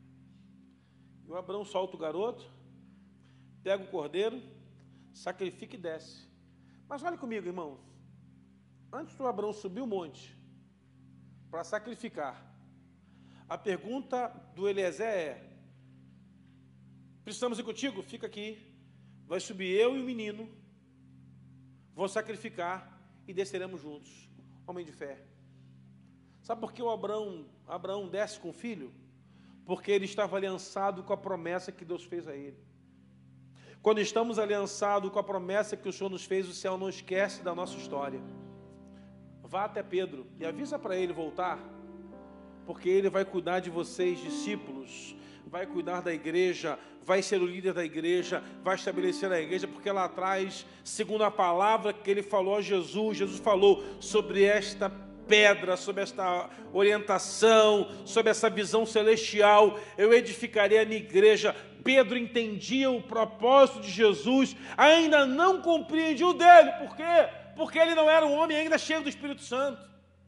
E o Abraão solta o garoto, pega o cordeiro, sacrifica e desce. Mas olha comigo, irmãos. Antes do Abraão subir o monte para sacrificar, a pergunta do Eliezer é, precisamos ir contigo? Fica aqui. Vai subir eu e o menino, vou sacrificar e desceremos juntos. Homem de fé. Sabe por que o Abraão, Abraão desce com o filho? Porque ele estava aliançado com a promessa que Deus fez a ele. Quando estamos aliançados com a promessa que o Senhor nos fez, o céu não esquece da nossa história. Vá até Pedro e avisa para ele voltar, porque ele vai cuidar de vocês, discípulos, vai cuidar da igreja, vai ser o líder da igreja, vai estabelecer a igreja, porque lá atrás, segundo a palavra que ele falou a Jesus, Jesus falou sobre esta pedra, sobre esta orientação, sobre essa visão celestial, eu edificarei a minha igreja. Pedro entendia o propósito de Jesus, ainda não compreendia o dele, por quê? Porque ele não era um homem ainda cheio do Espírito Santo.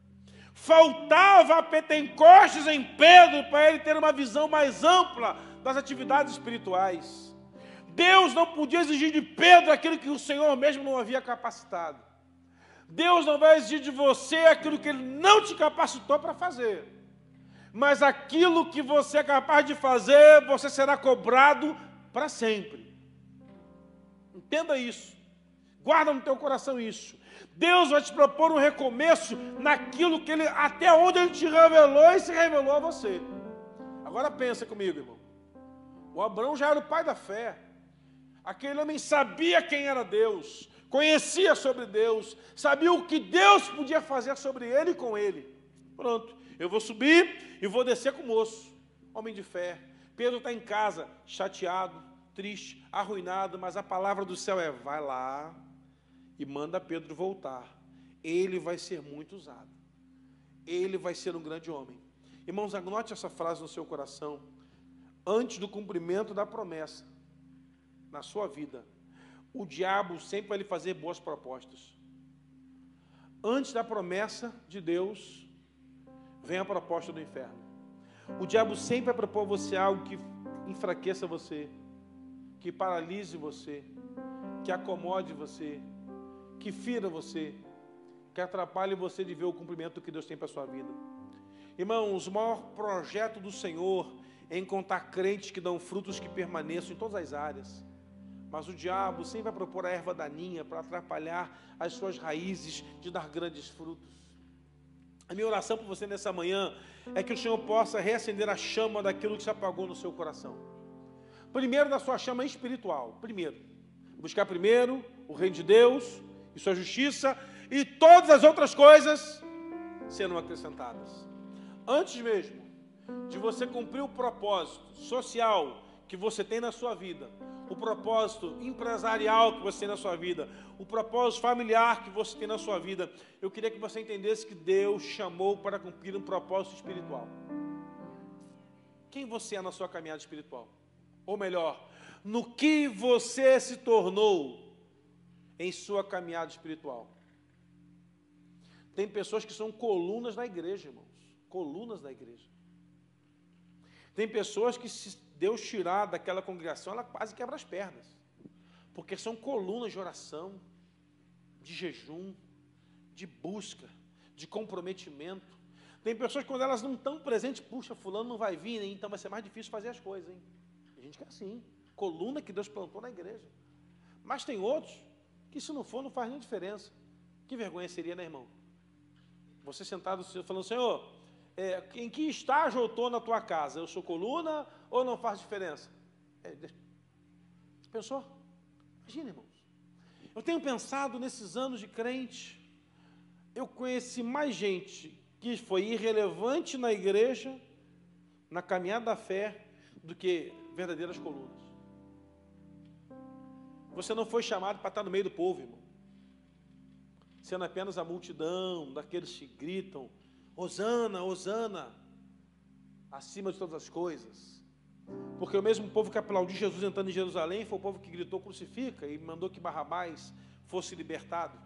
Faltava Pentecostes em Pedro para ele ter uma visão mais ampla das atividades espirituais. Deus não podia exigir de Pedro aquilo que o Senhor mesmo não havia capacitado. Deus não vai exigir de você aquilo que Ele não te capacitou para fazer. Mas aquilo que você é capaz de fazer, você será cobrado para sempre. Entenda isso. Guarda no teu coração isso. Deus vai te propor um recomeço naquilo que Ele, até onde Ele te revelou e se revelou a você. Agora pensa comigo, irmão. O Abraão já era o pai da fé. Aquele homem sabia quem era Deus, conhecia sobre Deus, sabia o que Deus podia fazer sobre ele e com ele. Pronto, eu vou subir e vou descer com o moço, homem de fé. Pedro está em casa, chateado, triste, arruinado, mas a palavra do céu é, vai lá e manda Pedro voltar. Ele vai ser muito usado. Ele vai ser um grande homem. Irmãos, anote essa frase no seu coração. Antes do cumprimento da promessa, na sua vida, o diabo sempre vai lhe fazer boas propostas. Antes da promessa de Deus, vem a proposta do inferno. O diabo sempre vai propor a você algo que enfraqueça você, que paralise você, que acomode você, que fira você, que atrapalhe você de ver o cumprimento que Deus tem para a sua vida. Irmãos, o maior projeto do Senhor é encontrar crentes que dão frutos que permaneçam em todas as áreas. Mas o diabo sempre vai propor a erva daninha para atrapalhar as suas raízes de dar grandes frutos. A minha oração por você nessa manhã é que o Senhor possa reacender a chama daquilo que se apagou no seu coração. Primeiro, da sua chama espiritual. Primeiro, buscar primeiro o reino de Deus e sua justiça, e todas as outras coisas serão acrescentadas. Antes mesmo de você cumprir o propósito social que você tem na sua vida, o propósito empresarial que você tem na sua vida, o propósito familiar que você tem na sua vida, eu queria que você entendesse que Deus chamou para cumprir um propósito espiritual. Quem você é na sua caminhada espiritual? Ou melhor, no que você se tornou em sua caminhada espiritual? Tem pessoas que são colunas da igreja, irmãos. Colunas da igreja. Tem pessoas que, se Deus tirar daquela congregação, ela quase quebra as pernas. Porque são colunas de oração, de jejum, de busca, de comprometimento. Tem pessoas que, quando elas não estão presentes, puxa, fulano não vai vir, hein? Então vai ser mais difícil fazer as coisas, hein? A gente que é assim, coluna que Deus plantou na igreja. Mas tem outros que, se não for, não faz nem diferença. Que vergonha seria, né, irmão? Você sentado falando, Senhor, é, em que estágio eu estou na tua casa? Eu sou coluna ou não faz diferença? É, pensou? Imagina, irmãos. Eu tenho pensado nesses anos de crente, eu conheci mais gente que foi irrelevante na igreja, na caminhada da fé, do que verdadeiras colunas. Você não foi chamado para estar no meio do povo, irmão, sendo apenas a multidão daqueles que gritam, Hosana, Hosana, acima de todas as coisas. Porque o mesmo povo que aplaudiu Jesus entrando em Jerusalém foi o povo que gritou crucifica e mandou que Barrabás fosse libertado.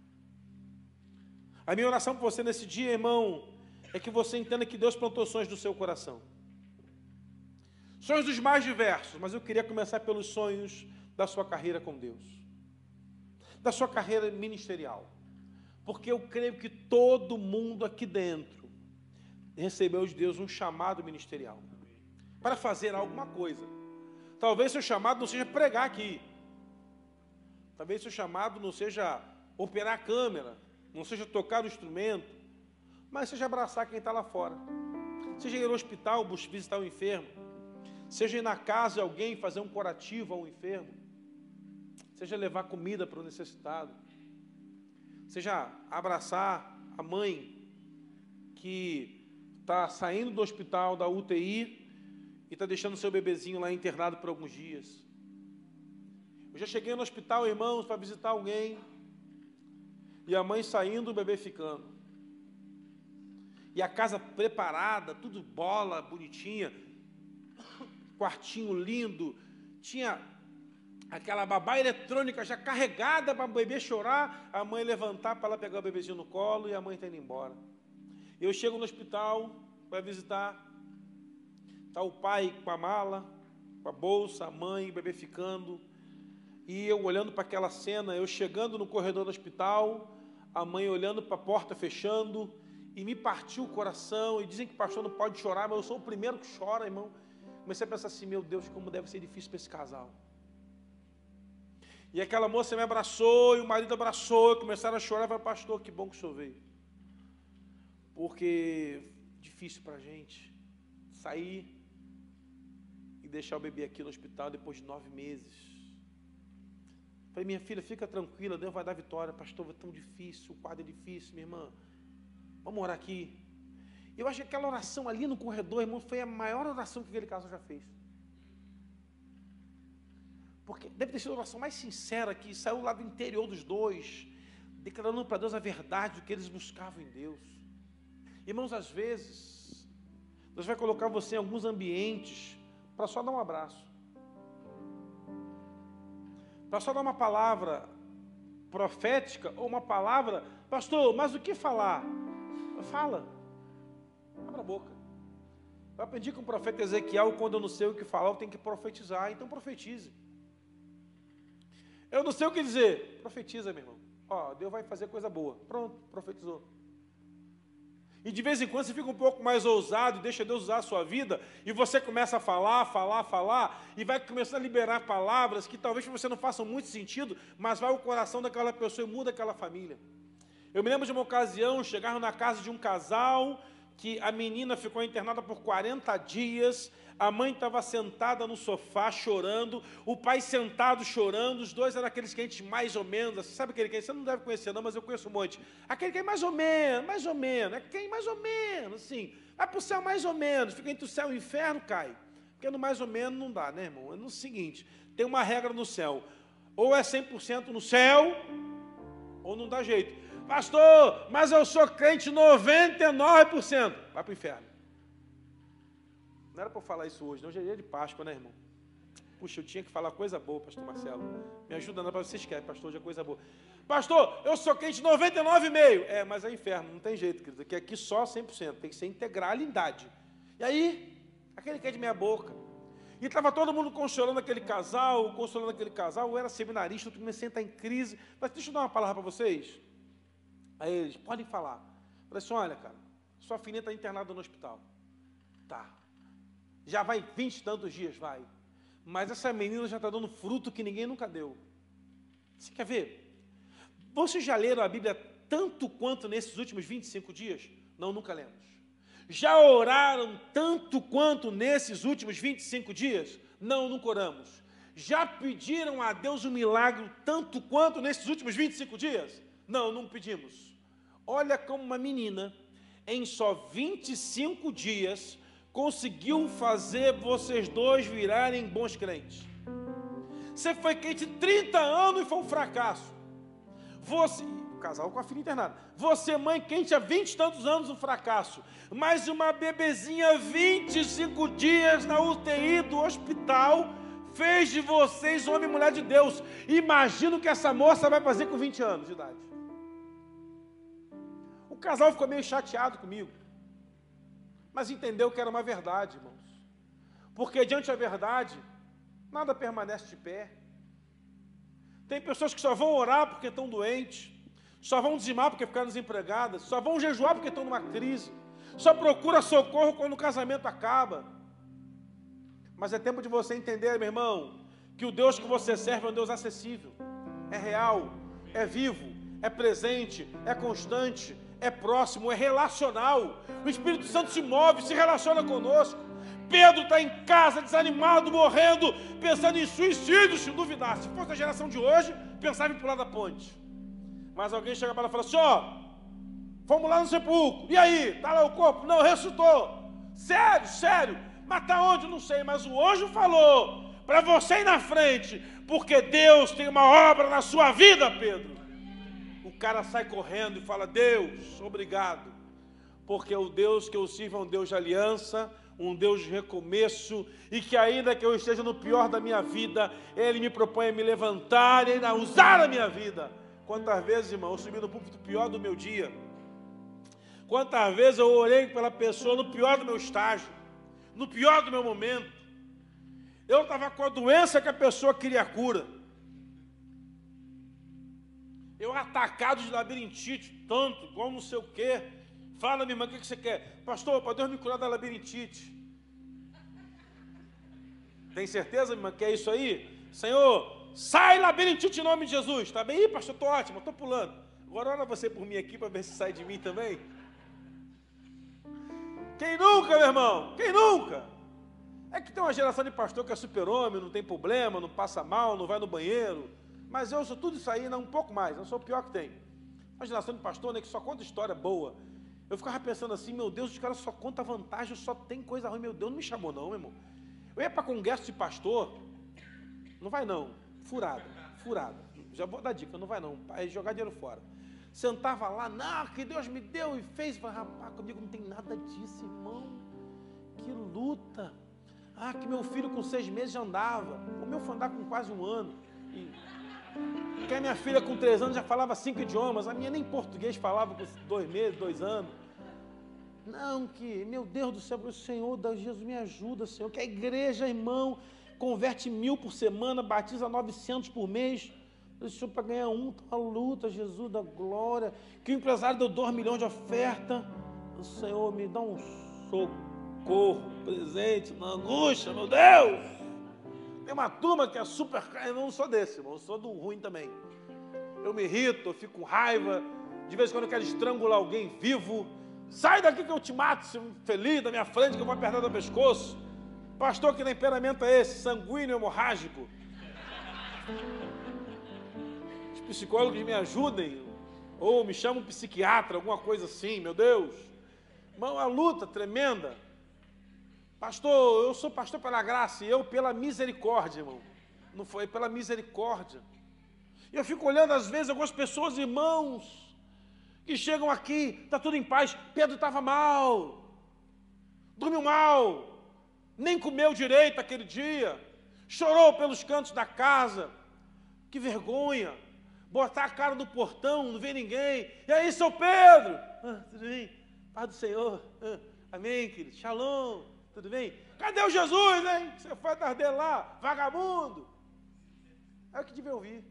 A minha oração por você nesse dia, irmão, é que você entenda que Deus plantou sonhos no seu coração. Sonhos dos mais diversos, mas eu queria começar pelos sonhos da sua carreira com Deus, da sua carreira ministerial. Porque eu creio que todo mundo aqui dentro recebeu de Deus um chamado ministerial para fazer alguma coisa. Talvez seu chamado não seja pregar aqui. Talvez seu chamado não seja operar a câmera, não seja tocar o instrumento, mas seja abraçar quem está lá fora. Seja ir ao hospital visitar o enfermo, seja ir na casa de alguém fazer um curativo a um enfermo, seja levar comida para o necessitado, seja abraçar a mãe que está saindo do hospital, da U T I, e está deixando seu bebezinho lá internado por alguns dias. Eu já cheguei no hospital, irmãos, para visitar alguém, e a mãe saindo, o bebê ficando. E a casa preparada, tudo bola, bonitinha, quartinho lindo, tinha aquela babá eletrônica já carregada para o bebê chorar, a mãe levantar para ela pegar o bebezinho no colo e a mãe está indo embora. Eu chego no hospital para visitar, está o pai com a mala, com a bolsa, a mãe, o bebê ficando, e eu olhando para aquela cena, eu chegando no corredor do hospital, a mãe olhando para a porta fechando, e me partiu o coração, e dizem que o pastor não pode chorar, mas eu sou o primeiro que chora, irmão. Comecei a pensar assim, meu Deus, como deve ser difícil para esse casal. E aquela moça me abraçou, e o marido abraçou, e começaram a chorar. Eu falei, pastor, que bom que o senhor veio. Porque difícil para a gente sair e deixar o bebê aqui no hospital depois de nove meses. Eu falei, minha filha, fica tranquila, Deus vai dar vitória. Pastor, é tão difícil, o quadro é difícil, minha irmã. Vamos orar aqui. Eu acho que aquela oração ali no corredor, irmão, foi a maior oração que aquele casal já fez. Porque deve ter sido a oração mais sincera que saiu lá do interior dos dois, declarando para Deus a verdade do que eles buscavam em Deus. Irmãos, às vezes, Deus vai colocar você em alguns ambientes para só dar um abraço. para só dar uma palavra profética ou uma palavra, pastor, mas o que falar? Fala, abra a boca. Eu aprendi com o profeta Ezequiel, quando eu não sei o que falar, eu tenho que profetizar, então profetize. Eu não sei o que dizer, profetiza, meu irmão. Ó, Deus vai fazer coisa boa. Pronto, profetizou. E de vez em quando você fica um pouco mais ousado, deixa Deus usar a sua vida, e você começa a falar, falar, falar, e vai começando a liberar palavras que talvez você não façam muito sentido, mas vai ao coração daquela pessoa e muda aquela família. Eu me lembro de uma ocasião, chegaram na casa de um casal, que a menina ficou internada por quarenta dias, a mãe estava sentada no sofá chorando, o pai sentado chorando, os dois eram aqueles crentes mais ou menos, assim, sabe aquele crente? Você não deve conhecer não, mas eu conheço um monte. Aquele que é mais ou menos, mais ou menos, é quem mais ou menos, assim, vai para o céu mais ou menos, fica entre o céu e o inferno, cai. Porque no mais ou menos não dá, né, irmão? É no seguinte, tem uma regra no céu, ou é cem por cento no céu, ou não dá jeito. Pastor, mas eu sou crente noventa e nove por cento, vai para o inferno. Não era para eu falar isso hoje, não, hoje é dia de Páscoa, né, irmão? Puxa, eu tinha que falar coisa boa, pastor Marcelo. Me ajuda, não, para vocês querem, pastor, hoje é coisa boa. Pastor, eu sou crente noventa e nove vírgula cinco. É, mas é inferno, não tem jeito, querido. Aqui, aqui só cem por cento, tem que ser integralidade. E aí, aquele que é de meia boca. E estava todo mundo consolando aquele casal, consolando aquele casal, eu era seminarista, eu comecei a entrar em crise. Mas deixa eu dar uma palavra para vocês. Aí eles, podem falar. Eu falei assim, olha, cara, sua filhinha está internada no hospital. Tá. Já vai vinte e tantos dias, vai. Mas essa menina já está dando fruto que ninguém nunca deu. Você quer ver? Vocês já leram a Bíblia tanto quanto nesses últimos vinte e cinco dias? Não, nunca lemos. Já oraram tanto quanto nesses últimos vinte e cinco dias? Não, nunca oramos. Já pediram a Deus um milagre tanto quanto nesses últimos vinte e cinco dias? Não, não pedimos. Olha como uma menina, em só vinte e cinco dias, conseguiu fazer vocês dois virarem bons crentes. Você foi crente trinta anos e foi um fracasso. Você, o casal com a filha internada. Você, mãe, crente há vinte e tantos anos, um fracasso. Mas uma bebezinha, vinte e cinco dias na U T I do hospital, fez de vocês homem e mulher de Deus. Imagina o que essa moça vai fazer com vinte anos de idade. O casal ficou meio chateado comigo. Mas entendeu que era uma verdade, irmãos. Porque diante da verdade, nada permanece de pé. Tem pessoas que só vão orar porque estão doentes, só vão dizimar porque ficaram desempregadas, só vão jejuar porque estão numa crise, só procura socorro quando o casamento acaba. Mas é tempo de você entender, meu irmão, que o Deus que você serve é um Deus acessível, é real, é vivo, é presente, é constante, é próximo, é relacional. O Espírito Santo se move, se relaciona conosco. Pedro está em casa, desanimado, morrendo, pensando em suicídio, se duvidar. Se fosse a geração de hoje, pensava em pular da ponte. Mas alguém chega para ela e fala assim, ó, fomos lá no sepulcro, e aí, está lá o corpo? Não, ressuscitou. Sério, sério, mas está onde? Não sei, mas o anjo falou para você ir na frente, porque Deus tem uma obra na sua vida, Pedro. O cara sai correndo e fala, Deus, obrigado, porque o Deus que eu sirvo é um Deus de aliança, um Deus de recomeço, e que ainda que eu esteja no pior da minha vida, Ele me propõe a me levantar e a usar a minha vida. Quantas vezes, irmão, eu subi no púlpito pior do meu dia, quantas vezes eu orei pela pessoa no pior do meu estágio, no pior do meu momento, eu estava com a doença que a pessoa queria a cura, eu atacado de labirintite, tanto, como não sei o quê. Fala, minha irmã, o que você quer? Pastor, para Deus me curar da labirintite. Tem certeza, minha irmã, que é isso aí? Senhor, sai labirintite em nome de Jesus. Está bem? Ih, pastor, estou ótimo, estou pulando. Agora ora você por mim aqui, para ver se sai de mim também. Quem nunca, meu irmão? Quem nunca? É que tem uma geração de pastor que é super-homem, não tem problema, não passa mal, não vai no banheiro. Mas eu sou tudo isso aí, não, um pouco mais, eu sou o pior que tem. Uma geração de pastor, né, que só conta história boa. Eu ficava pensando assim, meu Deus, os caras só contam vantagem, só tem coisa ruim. Meu Deus, não me chamou não, meu irmão. Eu ia para congresso de pastor, não vai não, furada, furada. Já vou dar dica, não vai não, é jogar dinheiro fora. Sentava lá, não, que Deus me deu e fez. Falei, rapaz, comigo não tem nada disso, irmão. Que luta. Ah, que meu filho com seis meses já andava. O meu foi andar com quase um ano. E... Porque a minha filha com três anos já falava cinco idiomas, a minha nem português falava com dois meses, dois anos. Não, que, meu Deus do céu, Senhor, Jesus me ajuda, Senhor, que a igreja, irmão, converte mil por semana, batiza novecentos por mês. O Senhor para ganhar um, tá uma luta, Jesus da glória. Que o empresário deu dois milhões de oferta. O Senhor me dá um socorro, presente, na angústia, meu Deus. Tem uma turma que é super... Eu não sou desse, irmão, eu sou do ruim também. Eu me irrito, eu fico com raiva. De vez em quando eu quero estrangular alguém vivo. Sai daqui que eu te mato, seu infeliz, da minha frente, que eu vou apertar teu pescoço. Pastor, que temperamento é esse? Sanguíneo, hemorrágico. Os psicólogos me ajudem. Ou me chamam um psiquiatra, alguma coisa assim, meu Deus. Irmão, a luta tremenda. Pastor, eu sou pastor pela graça e eu pela misericórdia, irmão. Não foi pela misericórdia. E eu fico olhando às vezes algumas pessoas, irmãos, que chegam aqui, está tudo em paz. Pedro estava mal, dormiu mal, nem comeu direito aquele dia, chorou pelos cantos da casa. Que vergonha, botar a cara no portão, não vê ninguém. E aí, seu Pedro? Ah, tudo bem? Paz do Senhor. Ah, amém, querido. Shalom. Tudo bem? Cadê o Jesus, hein? Você foi atrás dele lá, vagabundo. É o que devia ouvir.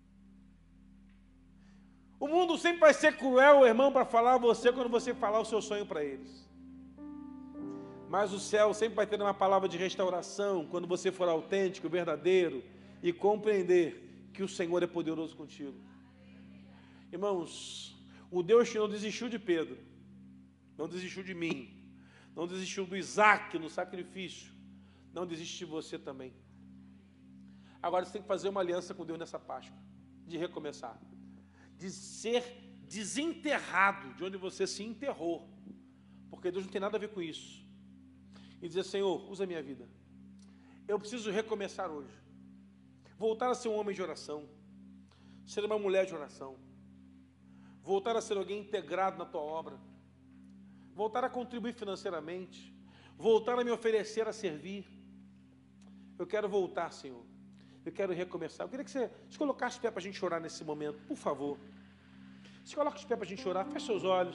O mundo sempre vai ser cruel, irmão, para falar a você quando você falar o seu sonho para eles. Mas o céu sempre vai ter uma palavra de restauração quando você for autêntico, verdadeiro e compreender que o Senhor é poderoso contigo. Irmãos, o Deus que não desistiu de Pedro, não desistiu de mim, não desistiu do Isaac no sacrifício, não desiste de você também. Agora você tem que fazer uma aliança com Deus nessa Páscoa, de recomeçar, de ser desenterrado de onde você se enterrou, porque Deus não tem nada a ver com isso. E dizer, Senhor, usa a minha vida. Eu preciso recomeçar hoje. Voltar a ser um homem de oração, ser uma mulher de oração, voltar a ser alguém integrado na tua obra, voltar a contribuir financeiramente, voltar a me oferecer a servir. Eu quero voltar, Senhor. Eu quero recomeçar. Eu queria que você se colocasse de pé para a gente orar nesse momento, por favor. Se coloque de pé para a gente orar, feche seus olhos.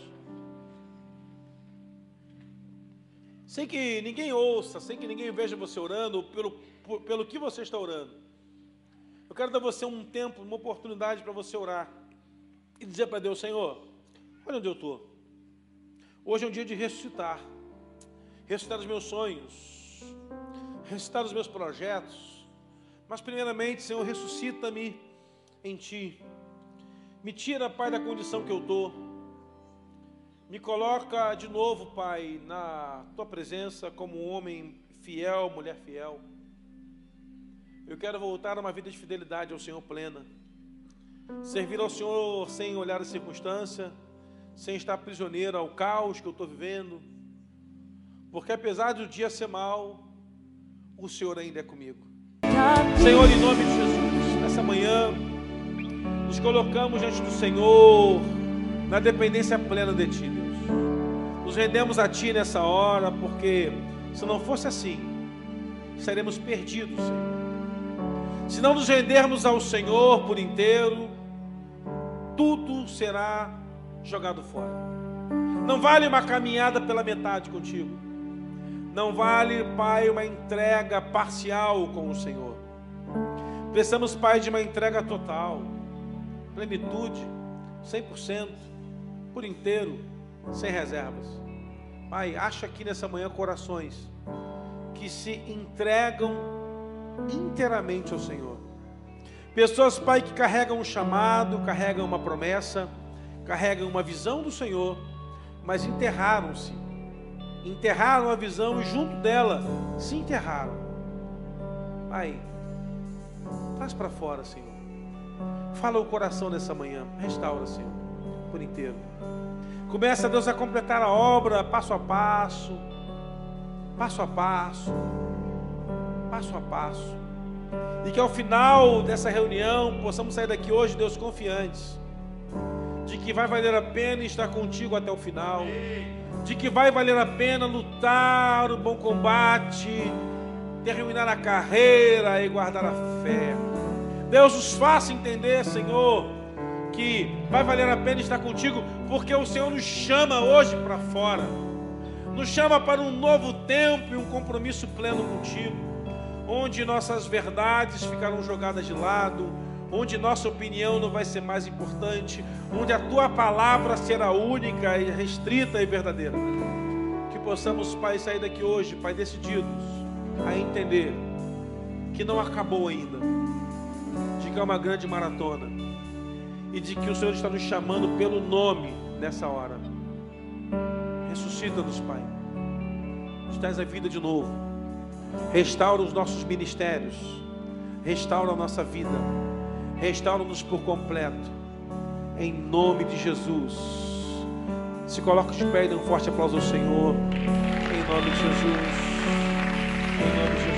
Sem que ninguém ouça, sem que ninguém veja você orando, pelo, por, pelo que você está orando. Eu quero dar a você um tempo, uma oportunidade para você orar e dizer para Deus, Senhor, olha onde eu estou. Hoje é um dia de ressuscitar, ressuscitar os meus sonhos, ressuscitar os meus projetos, mas primeiramente, Senhor, ressuscita-me em Ti, me tira, Pai, da condição que eu estou, me coloca de novo, Pai, na Tua presença como um homem fiel, mulher fiel. Eu quero voltar a uma vida de fidelidade ao Senhor plena, servir ao Senhor sem olhar a circunstância, sem estar prisioneiro ao caos que eu estou vivendo, porque apesar do dia ser mau, o Senhor ainda é comigo. Senhor, em nome de Jesus, nessa manhã, nos colocamos diante do Senhor, na dependência plena de Ti, Deus. Nos rendemos a Ti nessa hora, porque se não fosse assim, estaremos perdidos, Senhor. Se não nos rendermos ao Senhor por inteiro, tudo será jogado fora. Não vale uma caminhada pela metade contigo. Não vale, Pai, uma entrega parcial com o Senhor. Precisamos, Pai, de uma entrega total, plenitude, cem por cento, por inteiro, sem reservas. Pai, acha aqui nessa manhã corações que se entregam inteiramente ao Senhor. Pessoas, Pai, que carregam um chamado, carregam uma promessa, carregam uma visão do Senhor, mas enterraram-se, enterraram a visão e junto dela se enterraram. Pai, traz para fora, Senhor. Fala o coração nessa manhã, restaura, Senhor, por inteiro. Começa, Deus, a completar a obra passo a passo, passo a passo, passo a passo. E que ao final dessa reunião possamos sair daqui hoje, Deus, confiantes de que vai valer a pena estar contigo até o final, de que vai valer a pena lutar o bom combate, terminar a carreira e guardar a fé. Deus, nos faça entender, Senhor, que vai valer a pena estar contigo, porque o Senhor nos chama hoje para fora, nos chama para um novo tempo e um compromisso pleno contigo, onde nossas verdades ficarão jogadas de lado, onde nossa opinião não vai ser mais importante, onde a tua palavra será única e restrita e verdadeira. Que possamos, Pai, sair daqui hoje, Pai, decididos a entender que não acabou ainda, de que é uma grande maratona e de que o Senhor está nos chamando pelo nome nessa hora. Ressuscita-nos, Pai, nos traz a vida de novo, restaura os nossos ministérios, restaura a nossa vida, restaura-nos por completo, em nome de Jesus. Se coloca de pé e dê um forte aplauso ao Senhor, em nome de Jesus, em nome de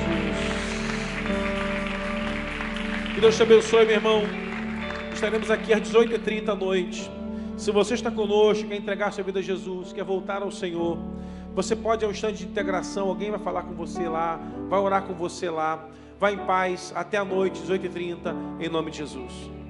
Jesus. Que Deus te abençoe, meu irmão. Estaremos aqui às dezoito e trinta da noite. Se você está conosco, quer entregar sua vida a Jesus, quer voltar ao Senhor, você pode ir ao instante de integração, alguém vai falar com você lá, vai orar com você lá. Vai em paz, até a noite, dezoito e trinta, em nome de Jesus.